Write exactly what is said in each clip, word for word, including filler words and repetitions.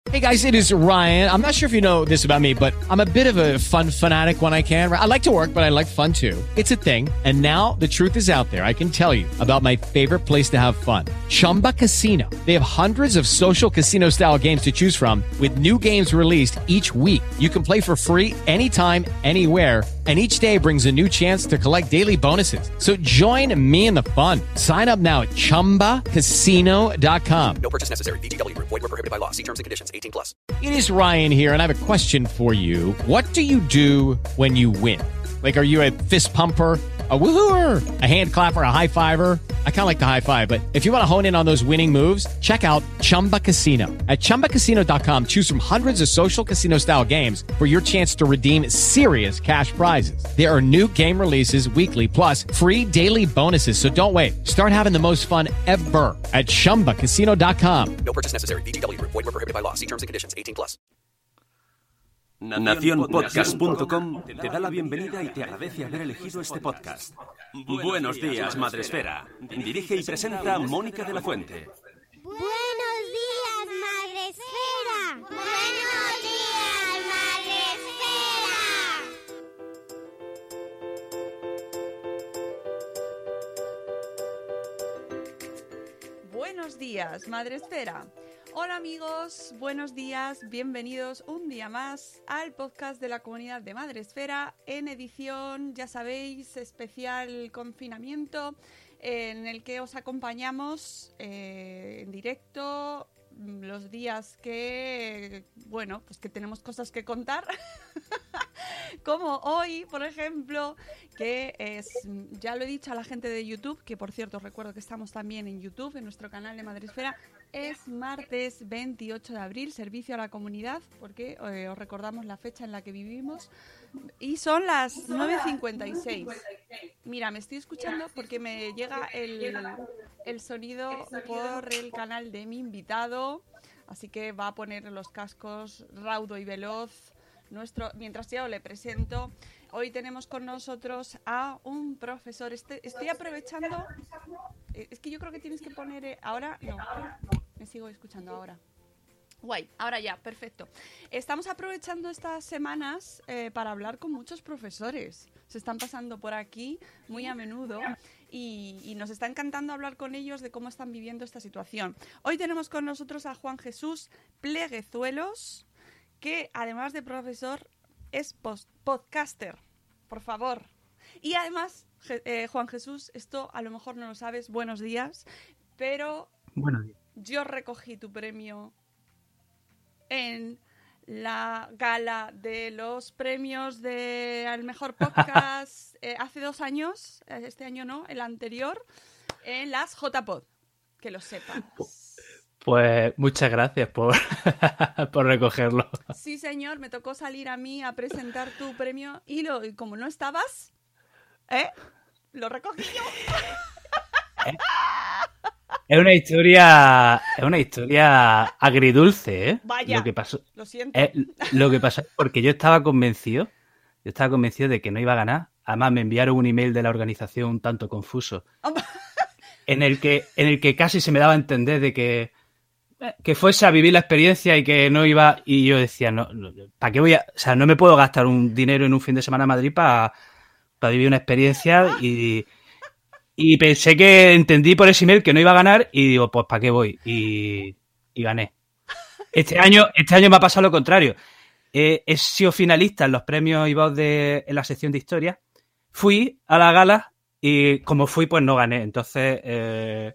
Hey guys, it is Ryan. I'm not sure if you know this about me, but I'm a bit of a fun fanatic when I can. I like to work, but I like fun too. It's a thing. And now the truth is out there. I can tell you about my favorite place to have fun. Chumba Casino. They have hundreds of social casino style games to choose from with new games released each week. You can play for free anytime, anywhere. And each day brings a new chance to collect daily bonuses. So join me in the fun. Sign up now at chumba casino dot com. No purchase necessary. V G W. Void where prohibited by law. See terms and conditions. eighteen plus. It is Ryan here, and I have a question for you. What do you do when you win? Like, are you a fist pumper, a woohooer, a hand clapper, a high fiver? I kind of like the high five, but if you want to hone in on those winning moves, check out Chumba Casino. At chumba casino dot com, choose from hundreds of social casino style games for your chance to redeem serious cash prizes. There are new game releases weekly, plus free daily bonuses. So don't wait. Start having the most fun ever at chumba casino dot com. No purchase necessary. V G W. Void where prohibited by law. See terms and conditions. eighteen plus. Nación Podcast punto com te da la bienvenida y te agradece haber elegido este podcast. Buenos días, Madresfera. Dirige y presenta Mónica de la Fuente. Buenos días, Madresfera. Buenos días, Madresfera. Buenos días, Madresfera. Hola amigos, buenos días, bienvenidos un día más al podcast de la comunidad de Madresfera en edición, ya sabéis, especial confinamiento, en el que os acompañamos eh, en directo los días que, bueno, pues que tenemos cosas que contar. Como hoy, por ejemplo, que es, ya lo he dicho a la gente de YouTube, que por cierto os recuerdo que estamos también en YouTube, en nuestro canal de Madresfera. Es martes veintiocho de abril, servicio a la comunidad, porque eh, os recordamos la fecha en la que vivimos. Y son las nueve cincuenta y seis. Mira, me estoy escuchando porque me llega el, el sonido por el canal de mi invitado, así que va a poner los cascos raudo y veloz. Nuestro, mientras yo le presento, hoy tenemos con nosotros a un profesor. Este, estoy aprovechando. Es que yo creo que tienes que poner. Eh, ahora no, me sigo escuchando ahora. Guay, ahora ya, perfecto. Estamos aprovechando estas semanas eh, para hablar con muchos profesores. Se están pasando por aquí muy a menudo y, y nos está encantando hablar con ellos de cómo están viviendo esta situación. Hoy tenemos con nosotros a Juan Jesús Pleguezuelos, que además de profesor es post- podcaster, por favor. Y además, eh, Juan Jesús, esto a lo mejor no lo sabes, buenos días, pero buenos días. Yo recogí tu premio en la gala de los premios de al mejor podcast eh, hace dos años, este año no, el anterior, en las J-Pod, que lo sepas. Pues muchas gracias por, por recogerlo. Sí, señor, me tocó salir a mí a presentar tu premio y, lo, y como no estabas, ¿eh? Lo recogí yo. ¿Eh? Es una historia, es una historia agridulce, ¿eh? Vaya, lo que pasó, lo siento. Eh, lo que pasó es porque yo estaba convencido, yo estaba convencido de que no iba a ganar. Además me enviaron un email de la organización un tanto confuso, en el que, en el que casi se me daba a entender de que que fuese a vivir la experiencia y que no iba, y yo decía, no, no ¿para qué voy a...? O sea, no me puedo gastar un dinero en un fin de semana en Madrid para para vivir una experiencia y, y pensé que entendí por ese email que no iba a ganar y digo, pues ¿para qué voy? Y, y gané. Este año, este año me ha pasado lo contrario. Eh, he sido finalista en los premios I V O S de, en la sección de historia. Fui a la gala y como fui, pues no gané. Entonces... Eh...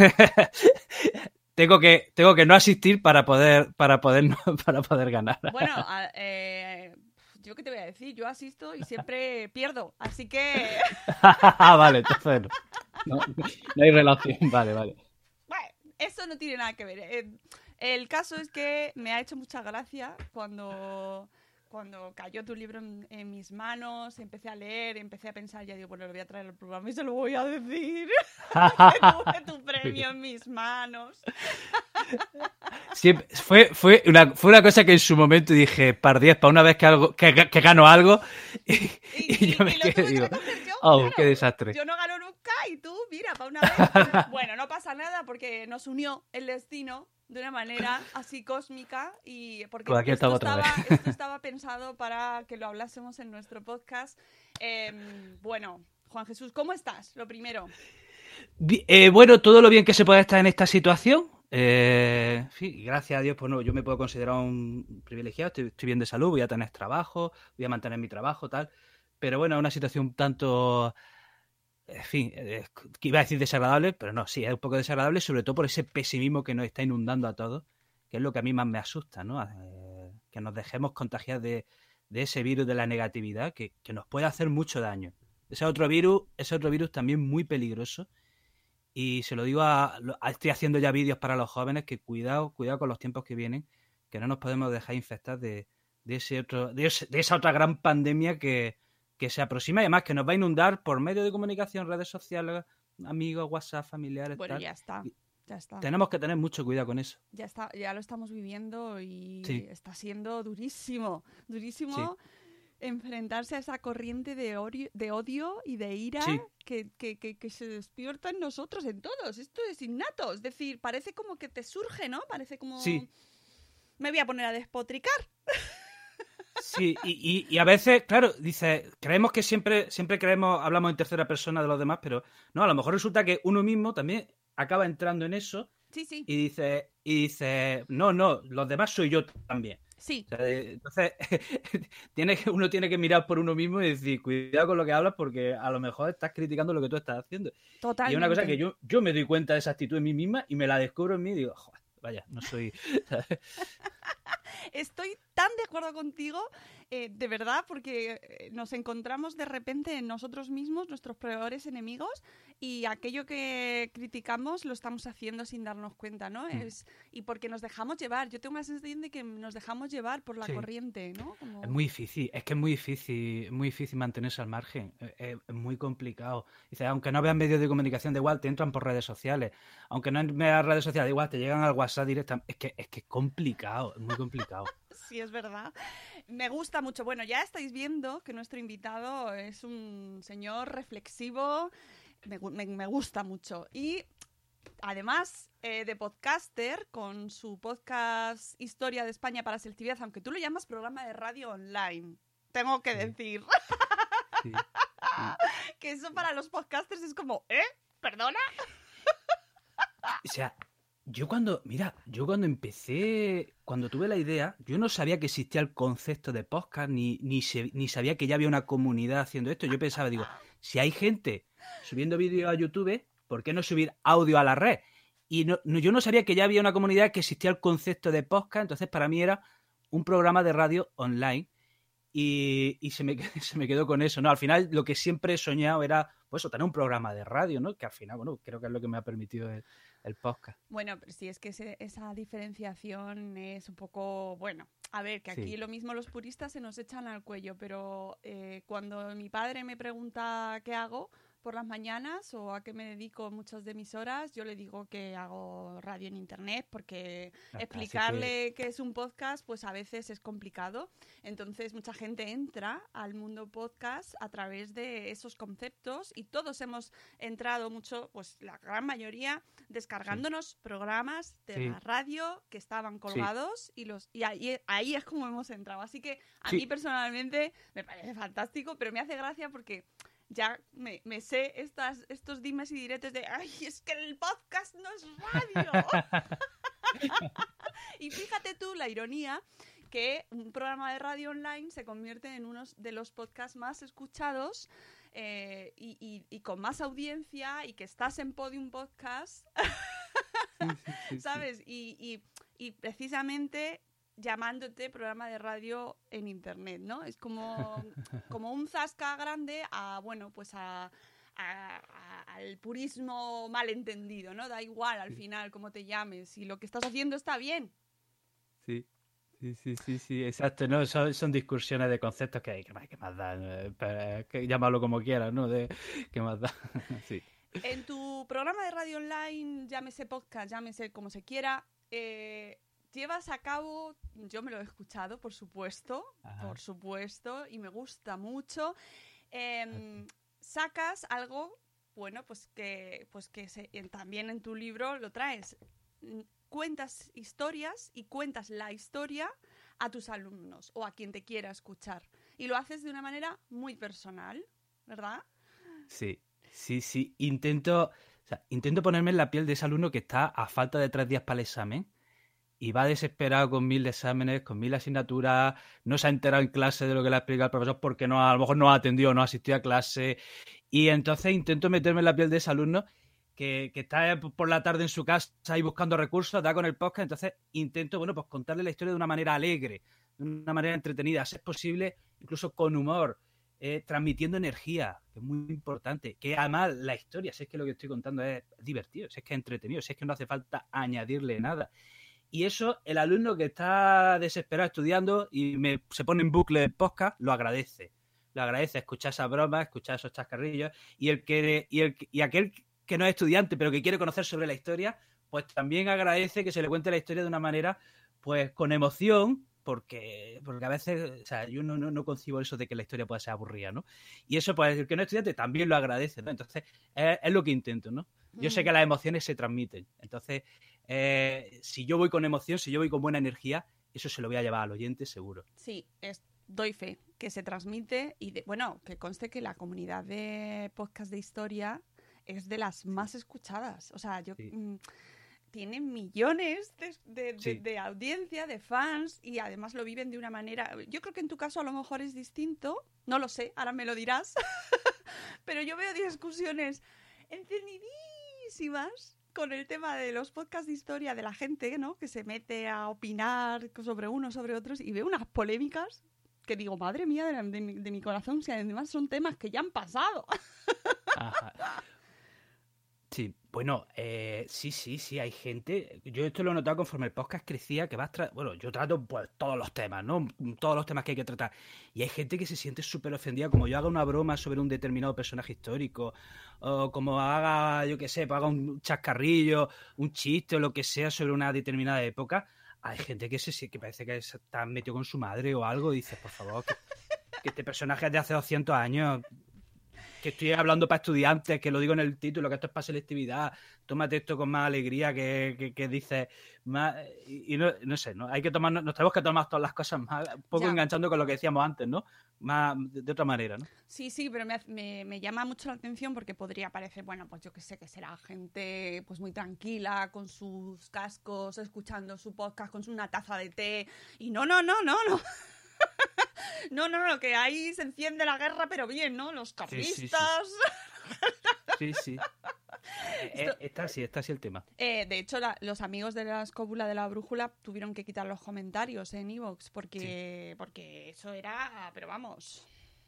Tengo que, tengo que no asistir para poder, para poder, para poder ganar. Bueno, eh, yo qué te voy a decir, yo asisto y siempre pierdo, así que... Vale, entonces no, no, no hay relación, vale, vale. Bueno, eso no tiene nada que ver. Eh, el caso es que me ha hecho mucha gracia cuando... Cuando cayó tu libro en, en mis manos, empecé a leer, empecé a pensar, ya digo, bueno, lo voy a traer al programa y se lo voy a decir. Que tuve tu premio en mis manos. Siempre, fue, fue, una, fue una cosa que en su momento dije, par diez, para una vez que, algo, que, que gano algo. Y, y, y, y yo me y lo quedé, tuve digo, que recoger yo. oh, Claro, qué desastre. yo no gano nunca y tú, mira, para una vez. Bueno, no pasa nada porque nos unió el destino de una manera así cósmica y porque Pues aquí esto, estamos otra estaba, vez. esto estaba pensado para que lo hablásemos en nuestro podcast. Eh, bueno, Juan Jesús, ¿cómo estás? Lo primero. Bi- eh, bueno, todo lo bien que se puede estar en esta situación. Eh, sí, gracias a Dios, pues no, yo me puedo considerar un privilegiado, estoy, estoy bien de salud, voy a tener trabajo, voy a mantener mi trabajo, tal. Pero bueno, es una situación un tanto, en fin, eh, que iba a decir desagradable, pero no, sí, es un poco desagradable, sobre todo por ese pesimismo que nos está inundando a todos, que es lo que a mí más me asusta, ¿no? Eh, que nos dejemos contagiar de, de ese virus de la negatividad que, que nos puede hacer mucho daño. Ese otro virus, ese otro virus también muy peligroso. Y se lo digo a, a- estoy haciendo ya vídeos para los jóvenes que cuidado, cuidado con los tiempos que vienen, que no nos podemos dejar infectar de, de ese otro, de, ese- de esa otra gran pandemia que, que se aproxima y además que nos va a inundar por medios de comunicación, redes sociales, amigos, WhatsApp, familiares, Bueno, tal. ya está, Y ya está. tenemos que tener mucho cuidado con eso. Ya está, ya lo estamos viviendo y Sí. está siendo durísimo, durísimo enfrentarse a esa corriente de, ori- de odio y de ira Sí. que, que, que, que se despierta en nosotros, en todos. Esto es innato, es decir, parece como que te surge, ¿no? Parece como... Sí. Me voy a poner a despotricar. Sí, y, y, y a veces, claro, dice, creemos que siempre, siempre creemos, hablamos en tercera persona de los demás, pero no, a lo mejor resulta que uno mismo también acaba entrando en eso Sí, sí, y dice, y dice, no, no, los demás soy yo también. sí. O sea, eh, entonces, tiene que, uno tiene que mirar por uno mismo y decir, cuidado con lo que hablas porque a lo mejor estás criticando lo que tú estás haciendo. Totalmente. Y es una cosa que yo, yo me doy cuenta de esa actitud en mí misma y me la descubro en mí y digo, joder, vaya, no soy... Estoy tan de acuerdo contigo, eh, de verdad, porque eh, nos encontramos de repente en nosotros mismos, nuestros peores enemigos, y aquello que criticamos lo estamos haciendo sin darnos cuenta, ¿no? Mm. Es, y porque nos dejamos llevar. Yo tengo la sensación de que nos dejamos llevar por la Sí. corriente, ¿no? Como... Es muy difícil, es que es muy difícil, muy difícil mantenerse al margen, es, es- es muy complicado. Dice, aunque no veas medios de comunicación, da igual, te entran por redes sociales, aunque no veas redes sociales, da igual, te llegan al WhatsApp directamente, es que es que es complicado, es muy complicado. Sí, es verdad. Me gusta mucho. Bueno, ya estáis viendo que nuestro invitado es un señor reflexivo. Me, gu- me- me gusta mucho. Y además eh, de podcaster, con su podcast Historia de España para Selectividad, aunque tú lo llamas programa de radio online, tengo que Sí. decir Sí. que eso para los podcasters es como, ¿eh? ¿Perdona? O sea, yo cuando, mira, yo cuando empecé, cuando tuve la idea, yo no sabía que existía el concepto de podcast, ni, ni, se- ni sabía que ya había una comunidad haciendo esto. Yo pensaba, digo, si hay gente subiendo vídeos a YouTube, ¿por qué no subir audio a la red? Y no, no- yo no sabía que ya había una comunidad, que existía el concepto de podcast, entonces para mí era un programa de radio online. Y, y se, me, qued- se me quedó con eso, ¿no? Al final lo que siempre he soñado era, pues eso, tener un programa de radio, ¿no? Que al final, bueno, creo que es lo que me ha permitido el, el podcast. Bueno, pero sí, es que ese- esa diferenciación es un poco, bueno, a ver, que Sí. aquí lo mismo los puristas se nos echan al cuello, pero eh, cuando mi padre me pregunta qué hago por las mañanas o a qué me dedico muchas de mis horas, yo le digo que hago radio en internet porque Así explicarle qué es un podcast pues a veces es complicado. Entonces mucha gente entra al mundo podcast a través de esos conceptos y todos hemos entrado mucho, pues la gran mayoría, descargándonos programas de Sí. la radio que estaban colgados y los y ahí, ahí es como hemos entrado. Así que a Sí. mí personalmente me parece fantástico, pero me hace gracia porque ya me, me sé estas, estos dimes y diretes de ¡ay, es que el podcast no es radio! Y fíjate tú la ironía que un programa de radio online se convierte en uno de los podcasts más escuchados eh, y, y- y con más audiencia y que estás en Podium Podcast, ¿sabes? Y, y- y precisamente llamándote programa de radio en internet, ¿no? Es como, como un zasca grande a, bueno, pues a... a- a- al purismo malentendido, ¿no? Da igual al final cómo te llames, si lo que estás haciendo está bien. Sí, sí, sí, sí, sí, exacto, ¿no? Son, son discusiones de conceptos que, que, más, que más dan, eh, pero, que llámalo como quieras, ¿no? De, que más da, sí. En tu programa de radio online, llámese podcast, llámese como se quiera, eh, llevas a cabo, yo me lo he escuchado, por supuesto, Ajá. por supuesto, y me gusta mucho, em, sacas algo, bueno, pues que, pues que se- en- también en tu libro lo traes. Mm, cuentas historias y cuentas la historia a tus alumnos o a quien te quiera escuchar. Y lo haces de una manera muy personal, ¿verdad? Sí, sí, sí. Intento, o sea, intento ponerme en la piel de ese alumno que está a falta de tres días para el examen y va desesperado con mil exámenes, con mil asignaturas, no se ha enterado en clase de lo que le ha explicado el profesor porque no, a lo mejor no ha atendido o no ha asistido a clase. Y entonces intento meterme en la piel de ese alumno que, que está por la tarde en su casa ahí buscando recursos, da con el podcast. Entonces intento, bueno, pues contarle la historia de una manera alegre, de una manera entretenida, si es posible, incluso con humor, eh, transmitiendo energía, que es muy importante. Que además la historia, si es que lo que estoy contando es divertido, si es que es entretenido, si es que no hace falta añadirle nada. Y eso, el alumno que está desesperado estudiando y me, se pone en bucle el podcast, lo agradece. Lo agradece escuchar esas bromas, escuchar esos chascarrillos. Y el que y, el, y aquel que no es estudiante, pero que quiere conocer sobre la historia, pues también agradece que se le cuente la historia de una manera, pues con emoción, porque, porque a veces, o sea, yo no, no, no concibo eso de que la historia pueda ser aburrida, ¿no? Y eso, pues, el que no es estudiante también lo agradece, ¿no? Entonces, es, es lo que intento, ¿no? Yo sé que las emociones se transmiten. Entonces, eh, si yo voy con emoción, si yo voy con buena energía, eso se lo voy a llevar al oyente seguro. Sí, es, doy fe que se transmite y, de, bueno, que conste que la comunidad de podcast de historia es de las más escuchadas. O sea, yo... Sí. Mmm, tienen millones de, de, de, sí. de audiencia, de fans, y además lo viven de una manera... Yo creo que en tu caso a lo mejor es distinto, no lo sé, ahora me lo dirás, pero yo veo discusiones encendidísimas con el tema de los podcasts de historia de la gente, ¿no? Que se mete a opinar sobre unos, sobre otros, y veo unas polémicas que digo, madre mía de, de, mi, de mi corazón, si además son temas que ya han pasado. Ajá. Sí, bueno, eh, sí, sí, sí, hay gente, yo esto lo he notado conforme el podcast crecía, que vas, tra- bueno, yo trato pues todos los temas, ¿no? Todos los temas que hay que tratar, y hay gente que se siente súper ofendida, como yo haga una broma sobre un determinado personaje histórico, o como haga, yo qué sé, pues haga un chascarrillo, un chiste o lo que sea sobre una determinada época, hay gente que se que parece que está metido con su madre o algo, y dices, por favor, que, que este personaje es de hace doscientos años... Que estoy hablando para estudiantes, que lo digo en el título, que esto es para selectividad, tómate esto con más alegría, que, que, que dices más, y, y no, no sé, ¿no? Hay que tomar, nos tenemos que tomar todas las cosas más, un poco ya. Enganchando con lo que decíamos antes, ¿no? Más de, de otra manera, ¿no? Sí, sí, pero me, me, me llama mucho la atención porque podría parecer, bueno, pues yo que sé, que será gente pues muy tranquila, con sus cascos, escuchando su podcast, con una taza de té, y no, no, no, no, no. No, no, no, que ahí se enciende la guerra, pero bien, ¿no? Los carlistas. Sí, sí, sí. sí, sí. Esto, está así, está así el tema. Eh, de hecho, la, los amigos de la escóbula de la brújula tuvieron que quitar los comentarios en iVoox porque, sí. porque eso era, pero vamos...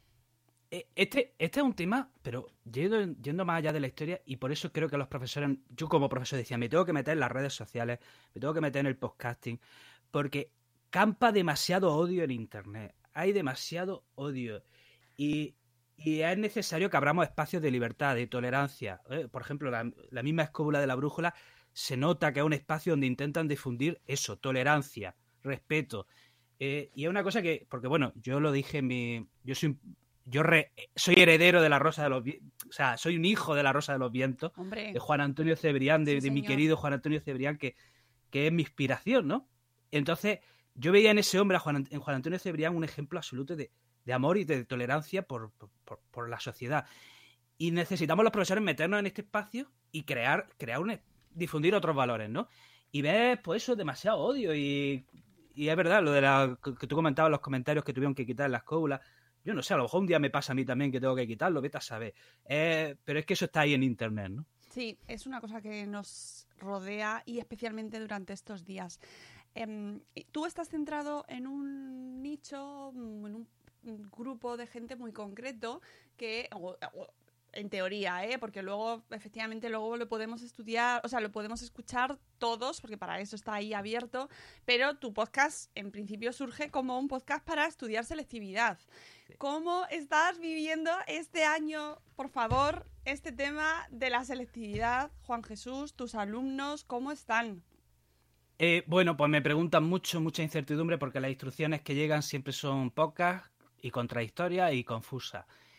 Este, este es un tema, pero yendo, yendo más allá de la historia, y por eso creo que los profesores, yo como profesor decía, me tengo que meter en las redes sociales, me tengo que meter en el podcasting, porque campa demasiado odio en internet. Hay demasiado odio y, y es necesario que abramos espacios de libertad, de tolerancia. ¿eh? Por ejemplo, la, la misma escóbula de la brújula se nota que es un espacio donde intentan difundir eso, tolerancia, respeto. Eh, y es una cosa que, porque bueno, yo lo dije en mi... Yo soy, yo re, soy heredero de la Rosa de los Vientos, o sea, soy un hijo de la Rosa de los Vientos, Hombre. de Juan Antonio Cebrián, de, Sí, de mi señor. querido Juan Antonio Cebrián, que, que es mi inspiración, ¿no? Entonces... Yo veía en ese hombre, a Juan, en Juan Antonio Cebrián, un ejemplo absoluto de, de amor y de tolerancia por, por, por la sociedad. Y necesitamos los profesores meternos en este espacio y crear, crear un, difundir otros valores, ¿no? Y ves, pues eso, demasiado odio. Y, y es verdad, lo de la que tú comentabas, los comentarios que tuvieron que quitar en las escóbulas. Yo no sé, a lo mejor un día me pasa a mí también que tengo que quitarlo, vete a saber. Eh, pero es que eso está ahí en internet, ¿no? Sí, es una cosa que nos rodea y especialmente durante estos días. Eh, tú estás centrado en un nicho, en un grupo de gente muy concreto que, o, o, en teoría, ¿eh? Porque luego, efectivamente, luego lo podemos estudiar, o sea, lo podemos escuchar todos, porque para eso está ahí abierto, pero tu podcast, en principio, surge como un podcast para estudiar selectividad. Sí. ¿Cómo estás viviendo este año, por favor, este tema de la selectividad, Juan Jesús, tus alumnos, cómo están? Eh, bueno, pues me preguntan mucho, mucha incertidumbre porque las instrucciones que llegan siempre son pocas y contradictorias y confusas.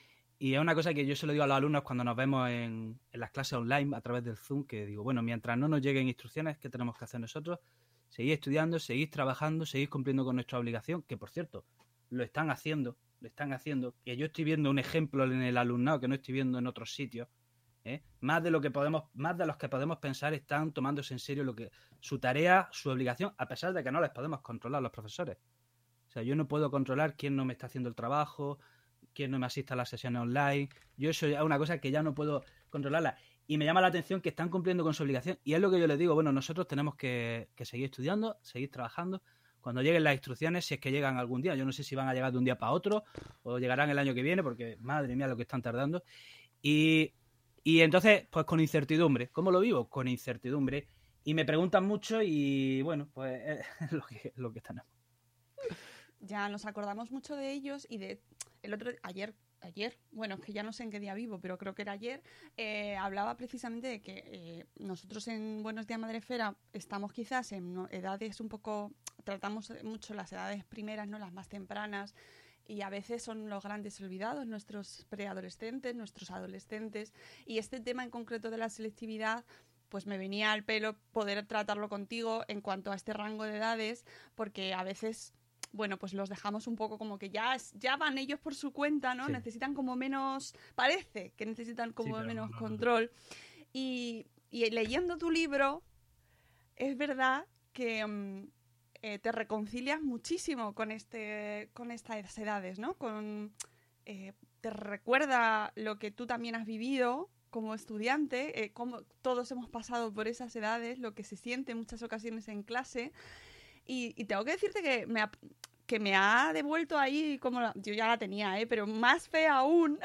Y es una cosa que yo se lo digo a los alumnos cuando nos vemos en, en las clases online a través del Zoom, que digo, bueno, mientras no nos lleguen instrucciones, ¿qué tenemos que hacer nosotros? Seguir estudiando, seguir trabajando, seguir cumpliendo con nuestra obligación, que por cierto, lo están haciendo, lo están haciendo, que yo estoy viendo un ejemplo en el alumnado que no estoy viendo en otros sitios, ¿eh? Más de lo que podemos, más de los que podemos pensar están tomándose en serio lo que su tarea, su obligación, a pesar de que no les podemos controlar los profesores. O sea, yo no puedo controlar quién no me está haciendo el trabajo, quién no me asiste a las sesiones online. Yo eso es una cosa que ya no puedo controlarla. Y me llama la atención que están cumpliendo con su obligación. Y es lo que yo les digo, bueno, nosotros tenemos que, que seguir estudiando, seguir trabajando. Cuando lleguen las instrucciones, si es que llegan algún día, yo no sé si van a llegar de un día para otro o llegarán el año que viene, porque madre mía lo que están tardando. Y, y entonces, pues con incertidumbre. ¿Cómo lo vivo? Con incertidumbre. Y me preguntan mucho y bueno, pues es lo que, lo que tenemos. Ya nos acordamos mucho de ellos y de el otro ayer ayer bueno es que ya no sé en qué día vivo, pero creo que era ayer, eh, hablaba precisamente de que eh, nosotros en Buenos Días Madresfera estamos quizás en no, edades un poco, tratamos mucho las edades primeras, no las más tempranas, y a veces son los grandes olvidados, nuestros preadolescentes, nuestros adolescentes, y este tema en concreto de la selectividad pues me venía al pelo poder tratarlo contigo en cuanto a este rango de edades, porque a veces bueno, pues los dejamos un poco como que ya, ya van ellos por su cuenta, ¿no? Sí. Necesitan como menos, parece que necesitan como sí, menos no, control. Y, y leyendo tu libro, es verdad que um, eh, te reconcilias muchísimo con este, con estas edades, ¿no? Con, eh, te recuerda lo que tú también has vivido como estudiante, eh, cómo todos hemos pasado por esas edades, lo que se siente en muchas ocasiones en clase. Y, y tengo que decirte que me ha, que me ha devuelto ahí, como la, yo ya la tenía, ¿eh? Pero más fe aún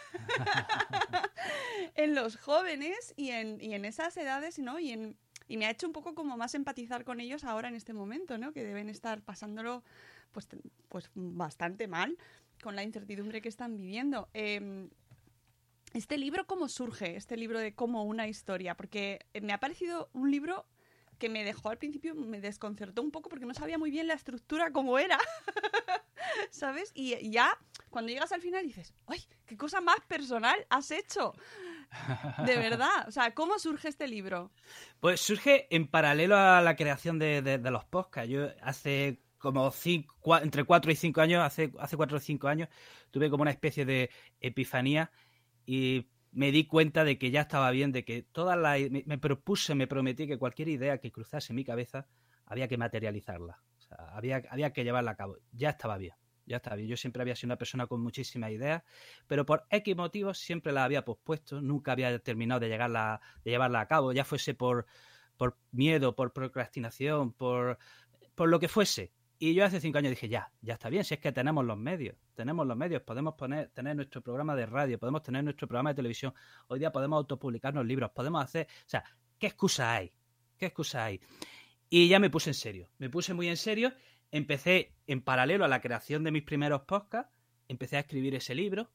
en los jóvenes y en, y en esas edades, ¿no? Y, en, y me ha hecho un poco como más empatizar con ellos ahora en este momento, ¿no? Que deben estar pasándolo pues, pues bastante mal con la incertidumbre que están viviendo. Eh, ¿Este libro cómo surge? Este libro de Como una historia, porque me ha parecido un libro que me dejó al principio, me desconcertó un poco porque no sabía muy bien la estructura cómo era, ¿sabes? Y ya cuando llegas al final dices, ¡ay, qué cosa más personal has hecho! De verdad, o sea, ¿cómo surge este libro? Pues surge en paralelo a la creación de, de, de los podcasts. Yo hace como cinco, cuatro, entre cuatro y cinco años, hace, hace cuatro o cinco años, tuve como una especie de epifanía y me di cuenta de que ya estaba bien, de que todas las... Me, me propuse, me prometí que cualquier idea que cruzase mi cabeza había que materializarla. O sea, había, había que llevarla a cabo. Ya estaba bien, ya estaba bien. Yo siempre había sido una persona con muchísimas ideas, pero por X motivos siempre las había pospuesto, nunca había terminado de, llegarla, de llevarla a cabo, ya fuese por, por miedo, por procrastinación, por, por lo que fuese. Y yo hace cinco años dije, ya, ya está bien, si es que tenemos los medios, tenemos los medios, podemos poner, tener nuestro programa de radio, podemos tener nuestro programa de televisión, hoy día podemos autopublicarnos libros, podemos hacer, o sea, ¿qué excusa hay? ¿Qué excusa hay? Y ya me puse en serio, me puse muy en serio, empecé en paralelo a la creación de mis primeros podcasts, empecé a escribir ese libro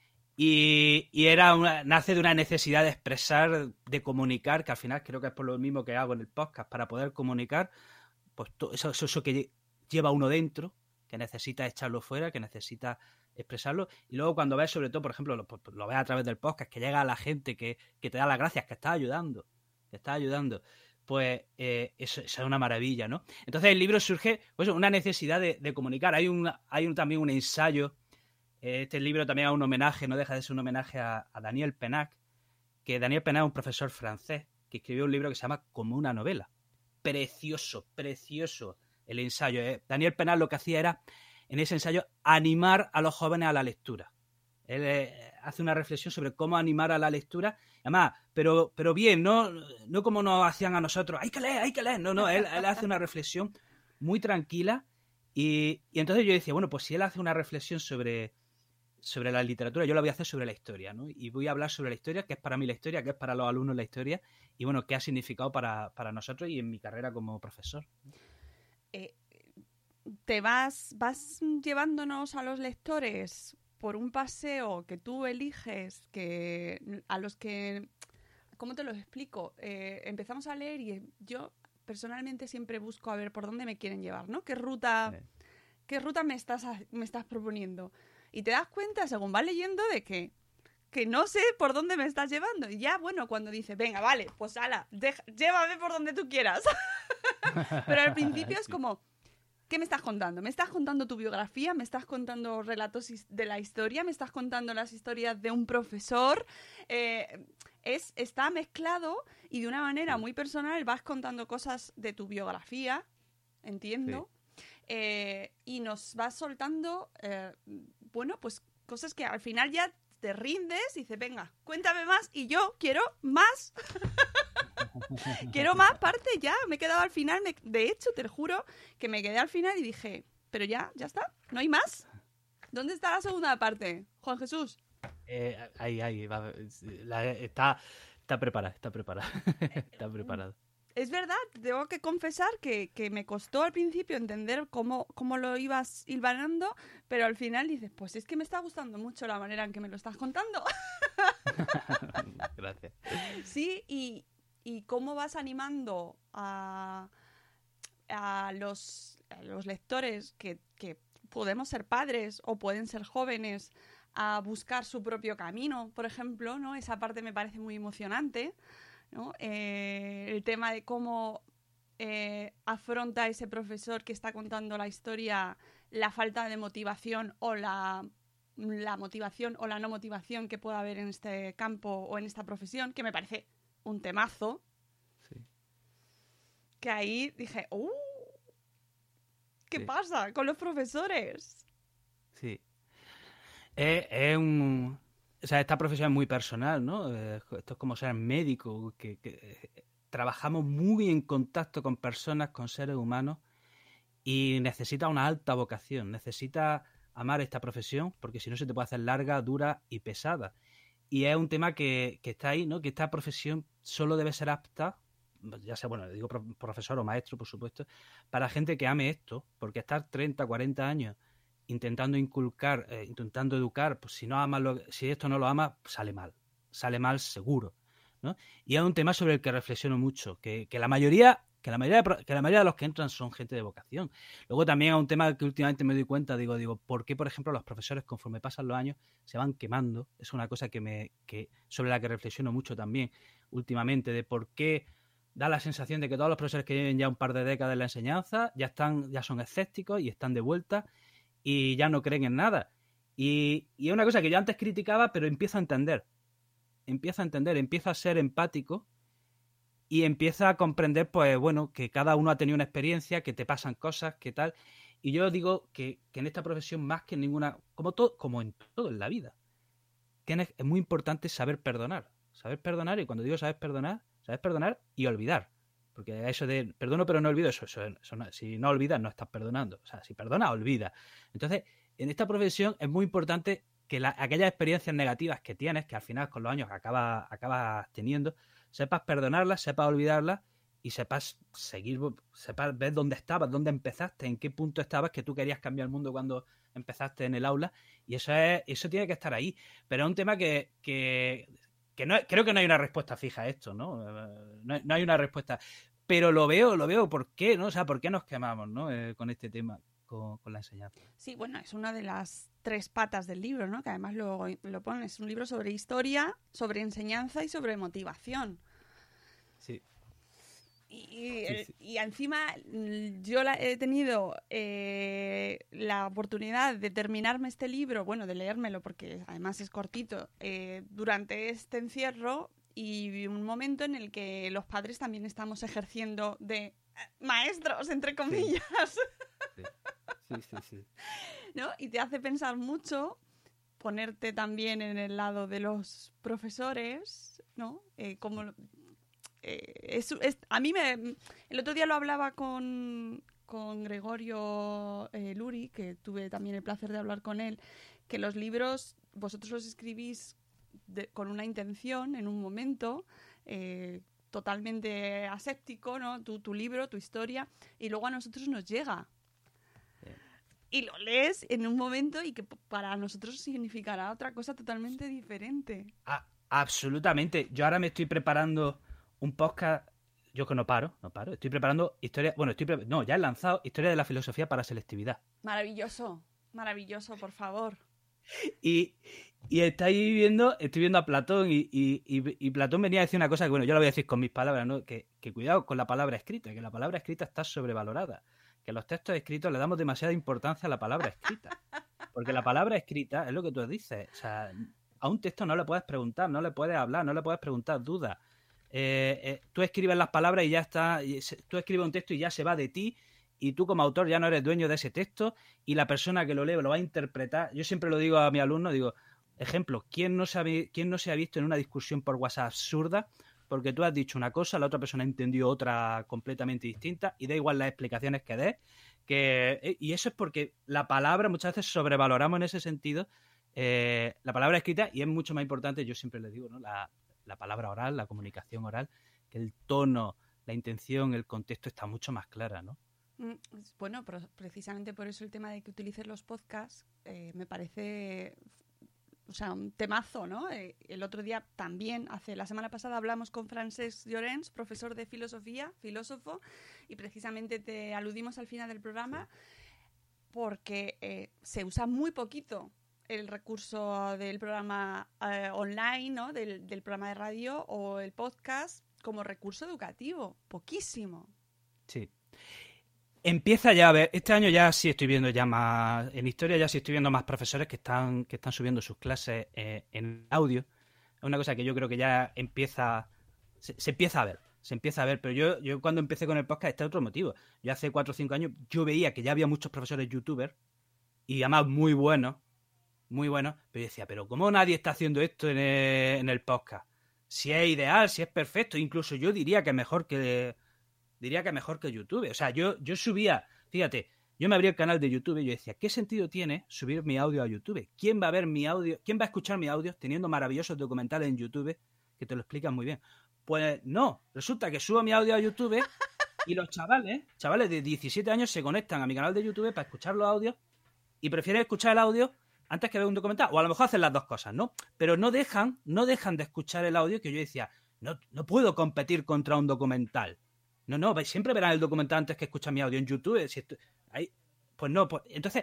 y, y era una, nace de una necesidad de expresar, de comunicar, que al final creo que es por lo mismo que hago en el podcast, para poder comunicar, pues todo eso, eso, eso que lleva uno dentro, que necesita echarlo fuera, que necesita expresarlo, y luego cuando ves, sobre todo, por ejemplo, lo, lo ves a través del podcast, que llega a la gente que, que te da las gracias, que está ayudando, que está ayudando, pues eh, eso, eso es una maravilla, ¿no? Entonces el libro surge, pues, una necesidad de, de comunicar. Hay, un, hay un, también un ensayo, eh, este libro también es un homenaje, no deja de ser un homenaje a, a Daniel Pennac, que Daniel Pennac es un profesor francés que escribió un libro que se llama Como una novela. Precioso, precioso el ensayo. ¿eh? Daniel Pennac lo que hacía era, en ese ensayo, animar a los jóvenes a la lectura. Él eh, hace una reflexión sobre cómo animar a la lectura, además, pero, pero bien, no, no como nos hacían a nosotros, hay que leer, hay que leer, no, no, él, él hace una reflexión muy tranquila y, y entonces yo decía, bueno, pues si él hace una reflexión sobre, sobre la literatura, yo la voy a hacer sobre la historia, ¿no? Y voy a hablar sobre la historia, que es para mí la historia, que es para los alumnos la historia, y bueno, qué ha significado para, para nosotros y en mi carrera como profesor. Eh, ¿Te vas, vas llevándonos a los lectores por un paseo que tú eliges, que a los que, ¿cómo te lo explico? Eh, empezamos a leer y yo personalmente siempre busco a ver por dónde me quieren llevar, ¿no? ¿Qué ruta, sí. qué ruta me estás, me estás proponiendo? Y te das cuenta, según vas leyendo, de que que no sé por dónde me estás llevando. Y ya, bueno, cuando dice, venga, vale, pues ala, deja, llévame por donde tú quieras. Pero al principio es como, ¿qué me estás contando? ¿Me estás contando tu biografía? ¿Me estás contando relatos de la historia? ¿Me estás contando las historias de un profesor? Eh, es, está mezclado y de una manera muy personal vas contando cosas de tu biografía, entiendo, sí. eh, y nos vas soltando, eh, bueno, pues cosas que al final ya te rindes y dices, venga, cuéntame más y yo quiero más. Quiero más parte ya. Me he quedado al final. Me, de hecho, te lo juro que me quedé al final y dije, pero ya, ya está, ¿no hay más? ¿Dónde está la segunda parte, Juan Jesús? Eh, ahí, ahí, va, la, está, está preparada, está preparada, está preparada. Es verdad, tengo que confesar que, que me costó al principio entender cómo, cómo lo ibas hilvanando, pero al final dices, pues es que me está gustando mucho la manera en que me lo estás contando. Gracias. Sí, y, y cómo vas animando a, a, los, a los lectores que, que podemos ser padres o pueden ser jóvenes a buscar su propio camino, por ejemplo, ¿no? Esa parte me parece muy emocionante, ¿no? Eh, el tema de cómo eh, afronta ese profesor que está contando la historia la falta de motivación o la, la motivación o la no motivación que pueda haber en este campo o en esta profesión, que me parece un temazo. Sí. Que ahí dije, ¡uh! ¿Qué sí. pasa con los profesores? Sí. Es, es un... O sea, esta profesión es muy personal, ¿no? Esto es como ser médico, que, que trabajamos muy en contacto con personas, con seres humanos, y necesita una alta vocación, necesita amar esta profesión, porque si no se te puede hacer larga, dura y pesada. Y es un tema que, que está ahí, ¿no? Que esta profesión solo debe ser apta, ya sea, bueno, digo profesor o maestro, por supuesto, para gente que ame esto, porque estar treinta, cuarenta años intentando inculcar, eh, intentando educar, pues si no amas lo, si esto no lo amas, sale mal, sale mal seguro, ¿no? Y es un tema sobre el que reflexiono mucho, que, que la mayoría, que la mayoría, de, que la mayoría de los que entran son gente de vocación. Luego también es un tema que últimamente me doy cuenta, digo, digo, ¿por qué, por ejemplo, los profesores conforme pasan los años se van quemando? Es una cosa que me, que sobre la que reflexiono mucho también últimamente, de por qué da la sensación de que todos los profesores que lleven ya un par de décadas en la enseñanza ya están, ya son escépticos y están de vuelta y ya no creen en nada. Y, y es una cosa que yo antes criticaba, pero empiezo a entender. Empiezo a entender, empiezo a ser empático y empiezo a comprender, pues bueno, que cada uno ha tenido una experiencia, que te pasan cosas, que tal. Y yo digo que, que en esta profesión, más que en ninguna, como, todo, como en todo en la vida, tienes, es muy importante saber perdonar. Saber perdonar, y cuando digo saber perdonar, saber perdonar y olvidar. Porque eso de perdono pero no olvido, eso, eso, eso no, si no olvidas no estás perdonando. O sea, si perdonas, olvida. Entonces, en esta profesión es muy importante que la, aquellas experiencias negativas que tienes, que al final con los años acabas, acabas teniendo, sepas perdonarlas, sepas olvidarlas y sepas seguir, sepas ver dónde estabas, dónde empezaste, en qué punto estabas, que tú querías cambiar el mundo cuando empezaste en el aula. Y eso es, eso tiene que estar ahí. Pero es un tema que... que que no, creo que no hay una respuesta fija a esto, ¿no? No, no hay una respuesta. Pero lo veo, lo veo, ¿por qué, no? O sea, ¿por qué nos quemamos, ¿no? Eh, con este tema, con, con la enseñanza. Sí, bueno, es una de las tres patas del libro, ¿no? Que además lo, lo pones. Es un libro sobre historia, sobre enseñanza y sobre motivación. Sí. Y, sí, sí. y encima yo la, he tenido eh, la oportunidad de terminarme este libro, bueno, de leérmelo porque además es cortito, eh, durante este encierro y un momento en el que los padres también estamos ejerciendo de maestros, entre comillas. Sí, sí, sí. sí. ¿No? Y te hace pensar mucho, ponerte también en el lado de los profesores, ¿no? Eh, como... Es, es, a mí me... El otro día lo hablaba con, con Gregorio eh, Luri, que tuve también el placer de hablar con él, que los libros vosotros los escribís de, con una intención en un momento eh, totalmente aséptico, ¿no? Tu, tu libro, tu historia, y luego a nosotros nos llega. Yeah. Y lo lees en un momento y que para nosotros significará otra cosa totalmente diferente. Ah, absolutamente. Yo ahora me estoy preparando... un podcast, yo que no paro, no paro, estoy preparando historia, bueno, estoy pre- no, ya he lanzado Historia de la filosofía para selectividad. Maravilloso, maravilloso, por favor. Y, y estáis viendo, estoy viendo a Platón y, y, y, y Platón venía a decir una cosa que, bueno, yo lo voy a decir con mis palabras, ¿no? Que, que cuidado con la palabra escrita, que la palabra escrita está sobrevalorada. Que los textos escritos le damos demasiada importancia a la palabra escrita. Porque la palabra escrita es lo que tú dices. O sea, a un texto no le puedes preguntar, no le puedes hablar, no le puedes preguntar dudas. Eh, eh, tú escribes las palabras y ya está. Y se, tú escribes un texto y ya se va de ti. Y tú como autor ya no eres dueño de ese texto. Y la persona que lo lee lo va a interpretar. Yo siempre lo digo a mis alumnos, digo, ejemplo, ¿quién no se ha, quién no se ha visto en una discusión por WhatsApp absurda? Porque tú has dicho una cosa, la otra persona ha entendido otra completamente distinta y da igual las explicaciones que des. Que, y eso es porque la palabra muchas veces sobrevaloramos en ese sentido eh, la palabra escrita y es mucho más importante, yo siempre les digo, ¿no? la, la palabra oral, la comunicación oral, que el tono, la intención, el contexto está mucho más clara, ¿no? Bueno, precisamente por eso el tema de que utilices los podcasts eh, me parece... O sea, un temazo, ¿no? Eh, el otro día también, hace la semana pasada, hablamos con Francesc Llorens, profesor de filosofía, filósofo, y precisamente te aludimos al final del programa porque eh, se usa muy poquito el recurso del programa eh, online, ¿no? Del, del programa de radio o el podcast como recurso educativo. Poquísimo. Sí. Empieza ya a ver, este año ya sí estoy viendo ya más, en historia ya sí estoy viendo más profesores que están, que están subiendo sus clases eh, en audio. Es una cosa que yo creo que ya empieza, se, se empieza a ver, se empieza a ver, pero yo, yo cuando empecé con el podcast está otro motivo. Yo hace cuatro o cinco años yo veía que ya había muchos profesores youtubers y además muy buenos, muy buenos, pero yo decía, pero ¿cómo nadie está haciendo esto en el, en el podcast? Si es ideal, si es perfecto, incluso yo diría que mejor que... Diría que mejor que YouTube. O sea, yo, yo subía, fíjate, yo me abría el canal de YouTube y yo decía, ¿qué sentido tiene subir mi audio a YouTube? ¿Quién va a ver mi audio? ¿Quién va a escuchar mi audio teniendo maravillosos documentales en YouTube que te lo explican muy bien? Pues no, resulta que subo mi audio a YouTube y los chavales, chavales de diecisiete años se conectan a mi canal de YouTube para escuchar los audios y prefieren escuchar el audio antes que ver un documental. O a lo mejor hacen las dos cosas, ¿no? Pero no dejan, no dejan de escuchar el audio que yo decía, no, no puedo competir contra un documental. No, no, siempre verán el documental antes que escuchar mi audio en YouTube. Si esto, ahí, pues no, pues, entonces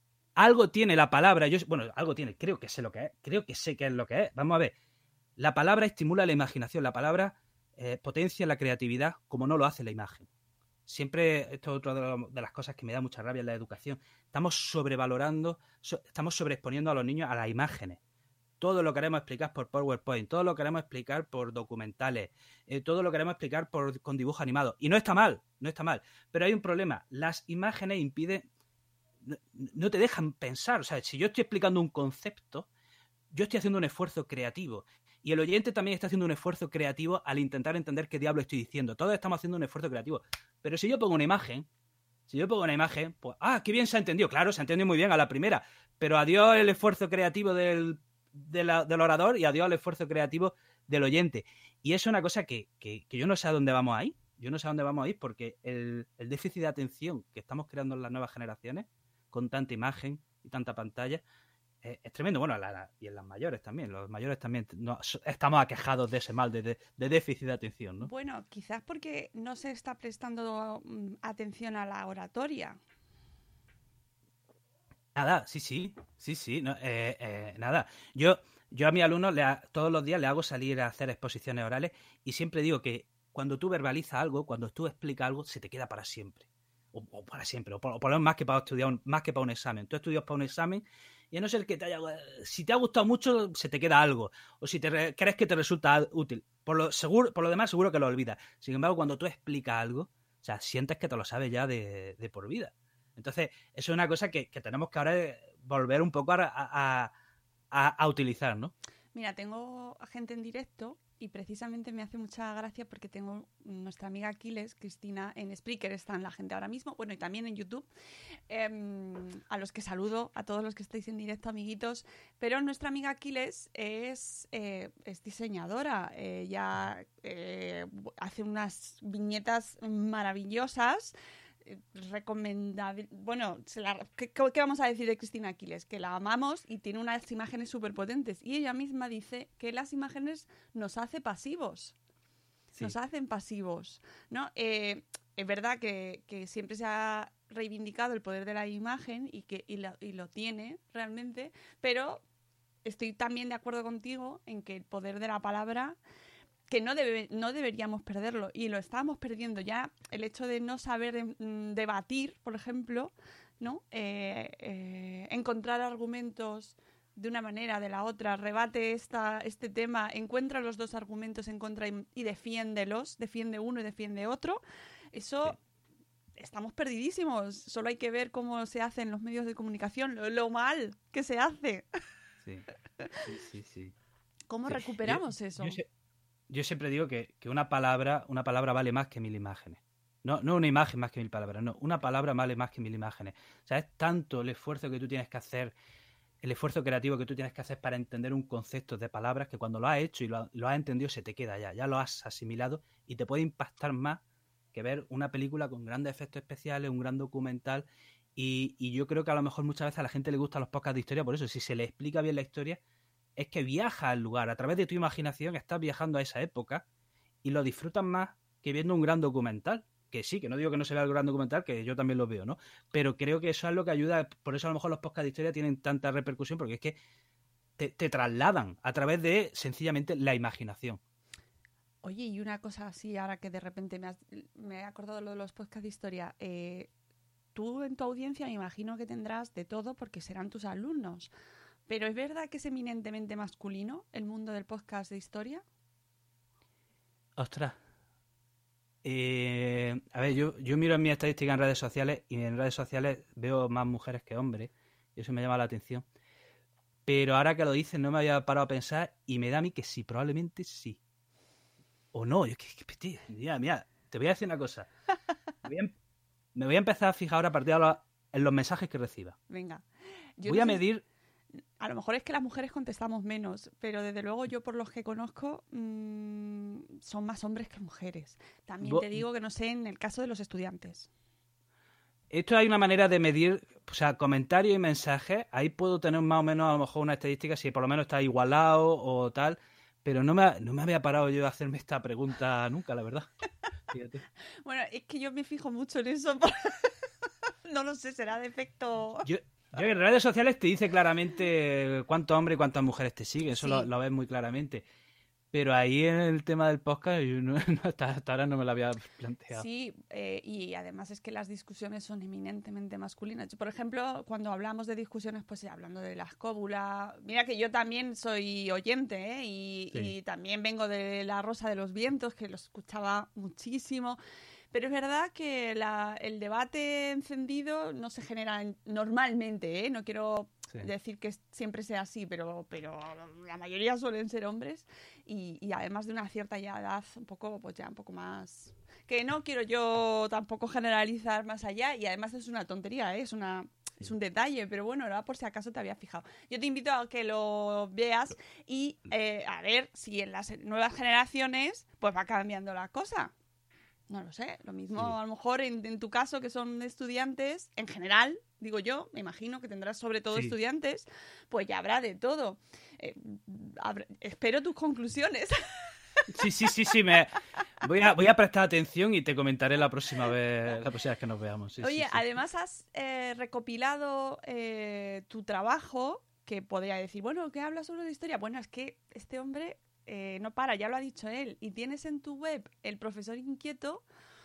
algo tiene la palabra. Yo, bueno, algo tiene, creo que sé lo que es, creo que sé qué es lo que es. Vamos a ver, la palabra estimula la imaginación, la palabra eh, potencia la creatividad como no lo hace la imagen. Siempre, esto es otra de, lo, de las cosas que me da mucha rabia en la educación, estamos sobrevalorando, so, estamos sobreexponiendo a los niños a las imágenes. Todo lo queremos explicar por PowerPoint, todo lo queremos explicar por documentales, eh, todo lo queremos explicar por, con dibujo animado. Y no está mal, no está mal. Pero hay un problema. Las imágenes impiden, no, no te dejan pensar. O sea, si yo estoy explicando un concepto, yo estoy haciendo un esfuerzo creativo. Y el oyente también está haciendo un esfuerzo creativo al intentar entender qué diablo estoy diciendo. Todos estamos haciendo un esfuerzo creativo. Pero si yo pongo una imagen, si yo pongo una imagen, pues, ah, qué bien se ha entendido. Claro, se ha entendido muy bien a la primera. Pero adiós el esfuerzo creativo del... De la, del orador y adiós al esfuerzo creativo del oyente. Y eso es una cosa que, que, que yo no sé a dónde vamos a ir. Yo no sé a dónde vamos a ir porque el, el déficit de atención que estamos creando en las nuevas generaciones, con tanta imagen y tanta pantalla, eh, es tremendo. Bueno, la, la, y en las mayores también. Los mayores también no, estamos aquejados de ese mal, de, de, de déficit de atención, ¿no? Bueno, quizás porque no se está prestando um, atención a la oratoria. Nada, sí, sí, sí, sí, no, eh, eh, nada. Yo, yo a mis alumnos le ha, todos los días le hago salir a hacer exposiciones orales y siempre digo que cuando tú verbalizas algo, cuando tú explicas algo, se te queda para siempre. O, o para siempre, o por, o por lo menos más que para estudiar, un, más que para un examen. Tú estudias para un examen y a no ser que te haya, si te ha gustado mucho, se te queda algo. O si te re, crees que te resulta útil. Por lo, seguro, por lo demás, seguro que lo olvidas. Sin embargo, cuando tú explicas algo, o sea, sientes que te lo sabes ya de, de por vida. Entonces, eso es una cosa que, que tenemos que ahora volver un poco a, a, a, a utilizar, ¿no? Mira, tengo a gente en directo y precisamente me hace mucha gracia porque tengo nuestra amiga Aquiles, Cristina, en Spreaker están la gente ahora mismo, bueno, y también en YouTube, eh, a los que saludo, a todos los que estáis en directo, amiguitos, pero nuestra amiga Aquiles es, eh, es diseñadora, ella eh, hace unas viñetas maravillosas, recomendable. Bueno, se la, ¿qué, ¿qué vamos a decir de Cristina Aquiles? Que la amamos y tiene unas imágenes súper potentes. Y ella misma dice que las imágenes nos hace pasivos. Sí. Nos hacen pasivos, ¿no? Eh, es verdad que, que siempre se ha reivindicado el poder de la imagen y, que, y, lo, y lo tiene realmente, pero estoy también de acuerdo contigo en que el poder de la palabra, que no, debe, no deberíamos perderlo, y lo estamos perdiendo ya, el hecho de no saber mm, debatir, por ejemplo, ¿no? Eh, eh, encontrar argumentos de una manera, de la otra, rebate esta, este tema, encuentra los dos argumentos en contra y, y defiéndelos, defiende uno y defiende otro, eso... Sí. Estamos perdidísimos. Solo hay que ver cómo se hace en los medios de comunicación, lo, lo mal que se hace. Sí, sí, sí. sí. ¿Cómo sí. recuperamos yo, eso? Yo, yo siempre digo que, que una palabra una palabra vale más que mil imágenes. No, no una imagen más que mil palabras, no. Una palabra vale más que mil imágenes. O sea, es tanto el esfuerzo que tú tienes que hacer, el esfuerzo creativo que tú tienes que hacer para entender un concepto de palabras que cuando lo has hecho y lo, lo has entendido se te queda ya. Ya lo has asimilado y te puede impactar más que ver una película con grandes efectos especiales, un gran documental, y, y yo creo que a lo mejor muchas veces a la gente le gustan los podcasts de historia, por eso, si se le explica bien la historia, es que viaja al lugar, a través de tu imaginación estás viajando a esa época y lo disfrutas más que viendo un gran documental, que sí, que no digo que no se vea el gran documental, que yo también lo veo, ¿no? Pero creo que eso es lo que ayuda, por eso a lo mejor los podcasts de historia tienen tanta repercusión, porque es que te, te trasladan a través de, sencillamente, la imaginación. Oye, y una cosa así, ahora que de repente me, has, me he acordado de lo de los podcasts de historia, eh, tú en tu audiencia me imagino que tendrás de todo porque serán tus alumnos, pero ¿es verdad que es eminentemente masculino el mundo del podcast de historia? Ostras. Eh, a ver, yo, yo miro en mi estadística en redes sociales y en redes sociales veo más mujeres que hombres y eso me llama la atención. Pero ahora que lo dices no me había parado a pensar y me da a mí que sí, probablemente sí. O no, yo que, que mira, mira, te voy a decir una cosa. Me voy a, me voy a empezar a fijar ahora a partir de ahora en los mensajes que reciba. Venga. Yo voy no a sé, medir... A lo mejor es que las mujeres contestamos menos, pero desde luego yo por los que conozco mmm, son más hombres que mujeres. También Bo... te digo que no sé en el caso de los estudiantes. Esto hay una manera de medir, o sea, comentarios y mensajes. Ahí puedo tener más o menos a lo mejor una estadística si por lo menos está igualado o tal... Pero no me, no me había parado yo a hacerme esta pregunta nunca, la verdad. Fíjate. Bueno, es que yo me fijo mucho en eso. No lo sé, será de efecto... Yo, yo en redes sociales te dice claramente cuántos hombres y cuántas mujeres te siguen. Eso sí. lo, lo ves muy claramente. Pero ahí en el tema del podcast, yo no, no, hasta, hasta ahora no me lo había planteado. Sí, eh, y además es que las discusiones son eminentemente masculinas. Por ejemplo, cuando hablamos de discusiones, pues hablando de la escóbula... Mira que yo también soy oyente, ¿eh? Y, sí. y también vengo de La Rosa de los Vientos, que lo escuchaba muchísimo. Pero es verdad que la, el debate encendido no se genera normalmente, ¿eh? No quiero... Sí. decir que siempre sea así, pero, pero la mayoría suelen ser hombres y, y además de una cierta ya edad un poco, pues ya un poco más... Que no quiero yo tampoco generalizar más allá y además es una tontería, ¿eh? es, una, sí. es un detalle, pero bueno, era por si acaso te había fijado. Yo te invito a que lo veas y eh, a ver si en las nuevas generaciones pues va cambiando la cosa. No lo sé, lo mismo sí. a lo mejor en, en tu caso que son estudiantes, en general, digo yo, me imagino que tendrás sobre todo sí. estudiantes, pues ya habrá de todo. Eh, habrá, espero tus conclusiones. Sí, sí, sí, sí, me voy a, voy a prestar atención y te comentaré la próxima vez, la próxima vez que nos veamos. Sí, Oye, sí, sí. además has eh, recopilado eh, tu trabajo, que podría decir, bueno, ¿qué hablas sobre la historia? Bueno, es que este hombre... Eh, no para, ya lo ha dicho él, y tienes en tu web El Profesor Inquieto,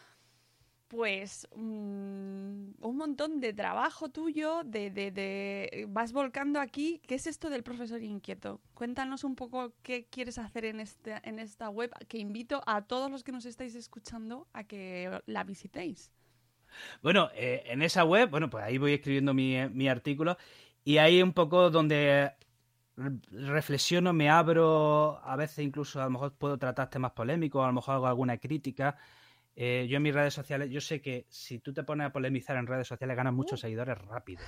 pues mmm, un montón de trabajo tuyo, de, de, de vas volcando aquí. ¿Qué es esto del Profesor Inquieto? Cuéntanos un poco qué quieres hacer en, este, en esta web, que invito a todos los que nos estáis escuchando a que la visitéis. Bueno, eh, en esa web, bueno, pues ahí voy escribiendo mi, mi artículo, y ahí un poco donde... reflexiono, me abro, a veces incluso a lo mejor puedo tratar temas polémicos, a lo mejor hago alguna crítica. Eh, yo en mis redes sociales, yo sé que si tú te pones a polemizar en redes sociales ganas muchos uh. seguidores rápido.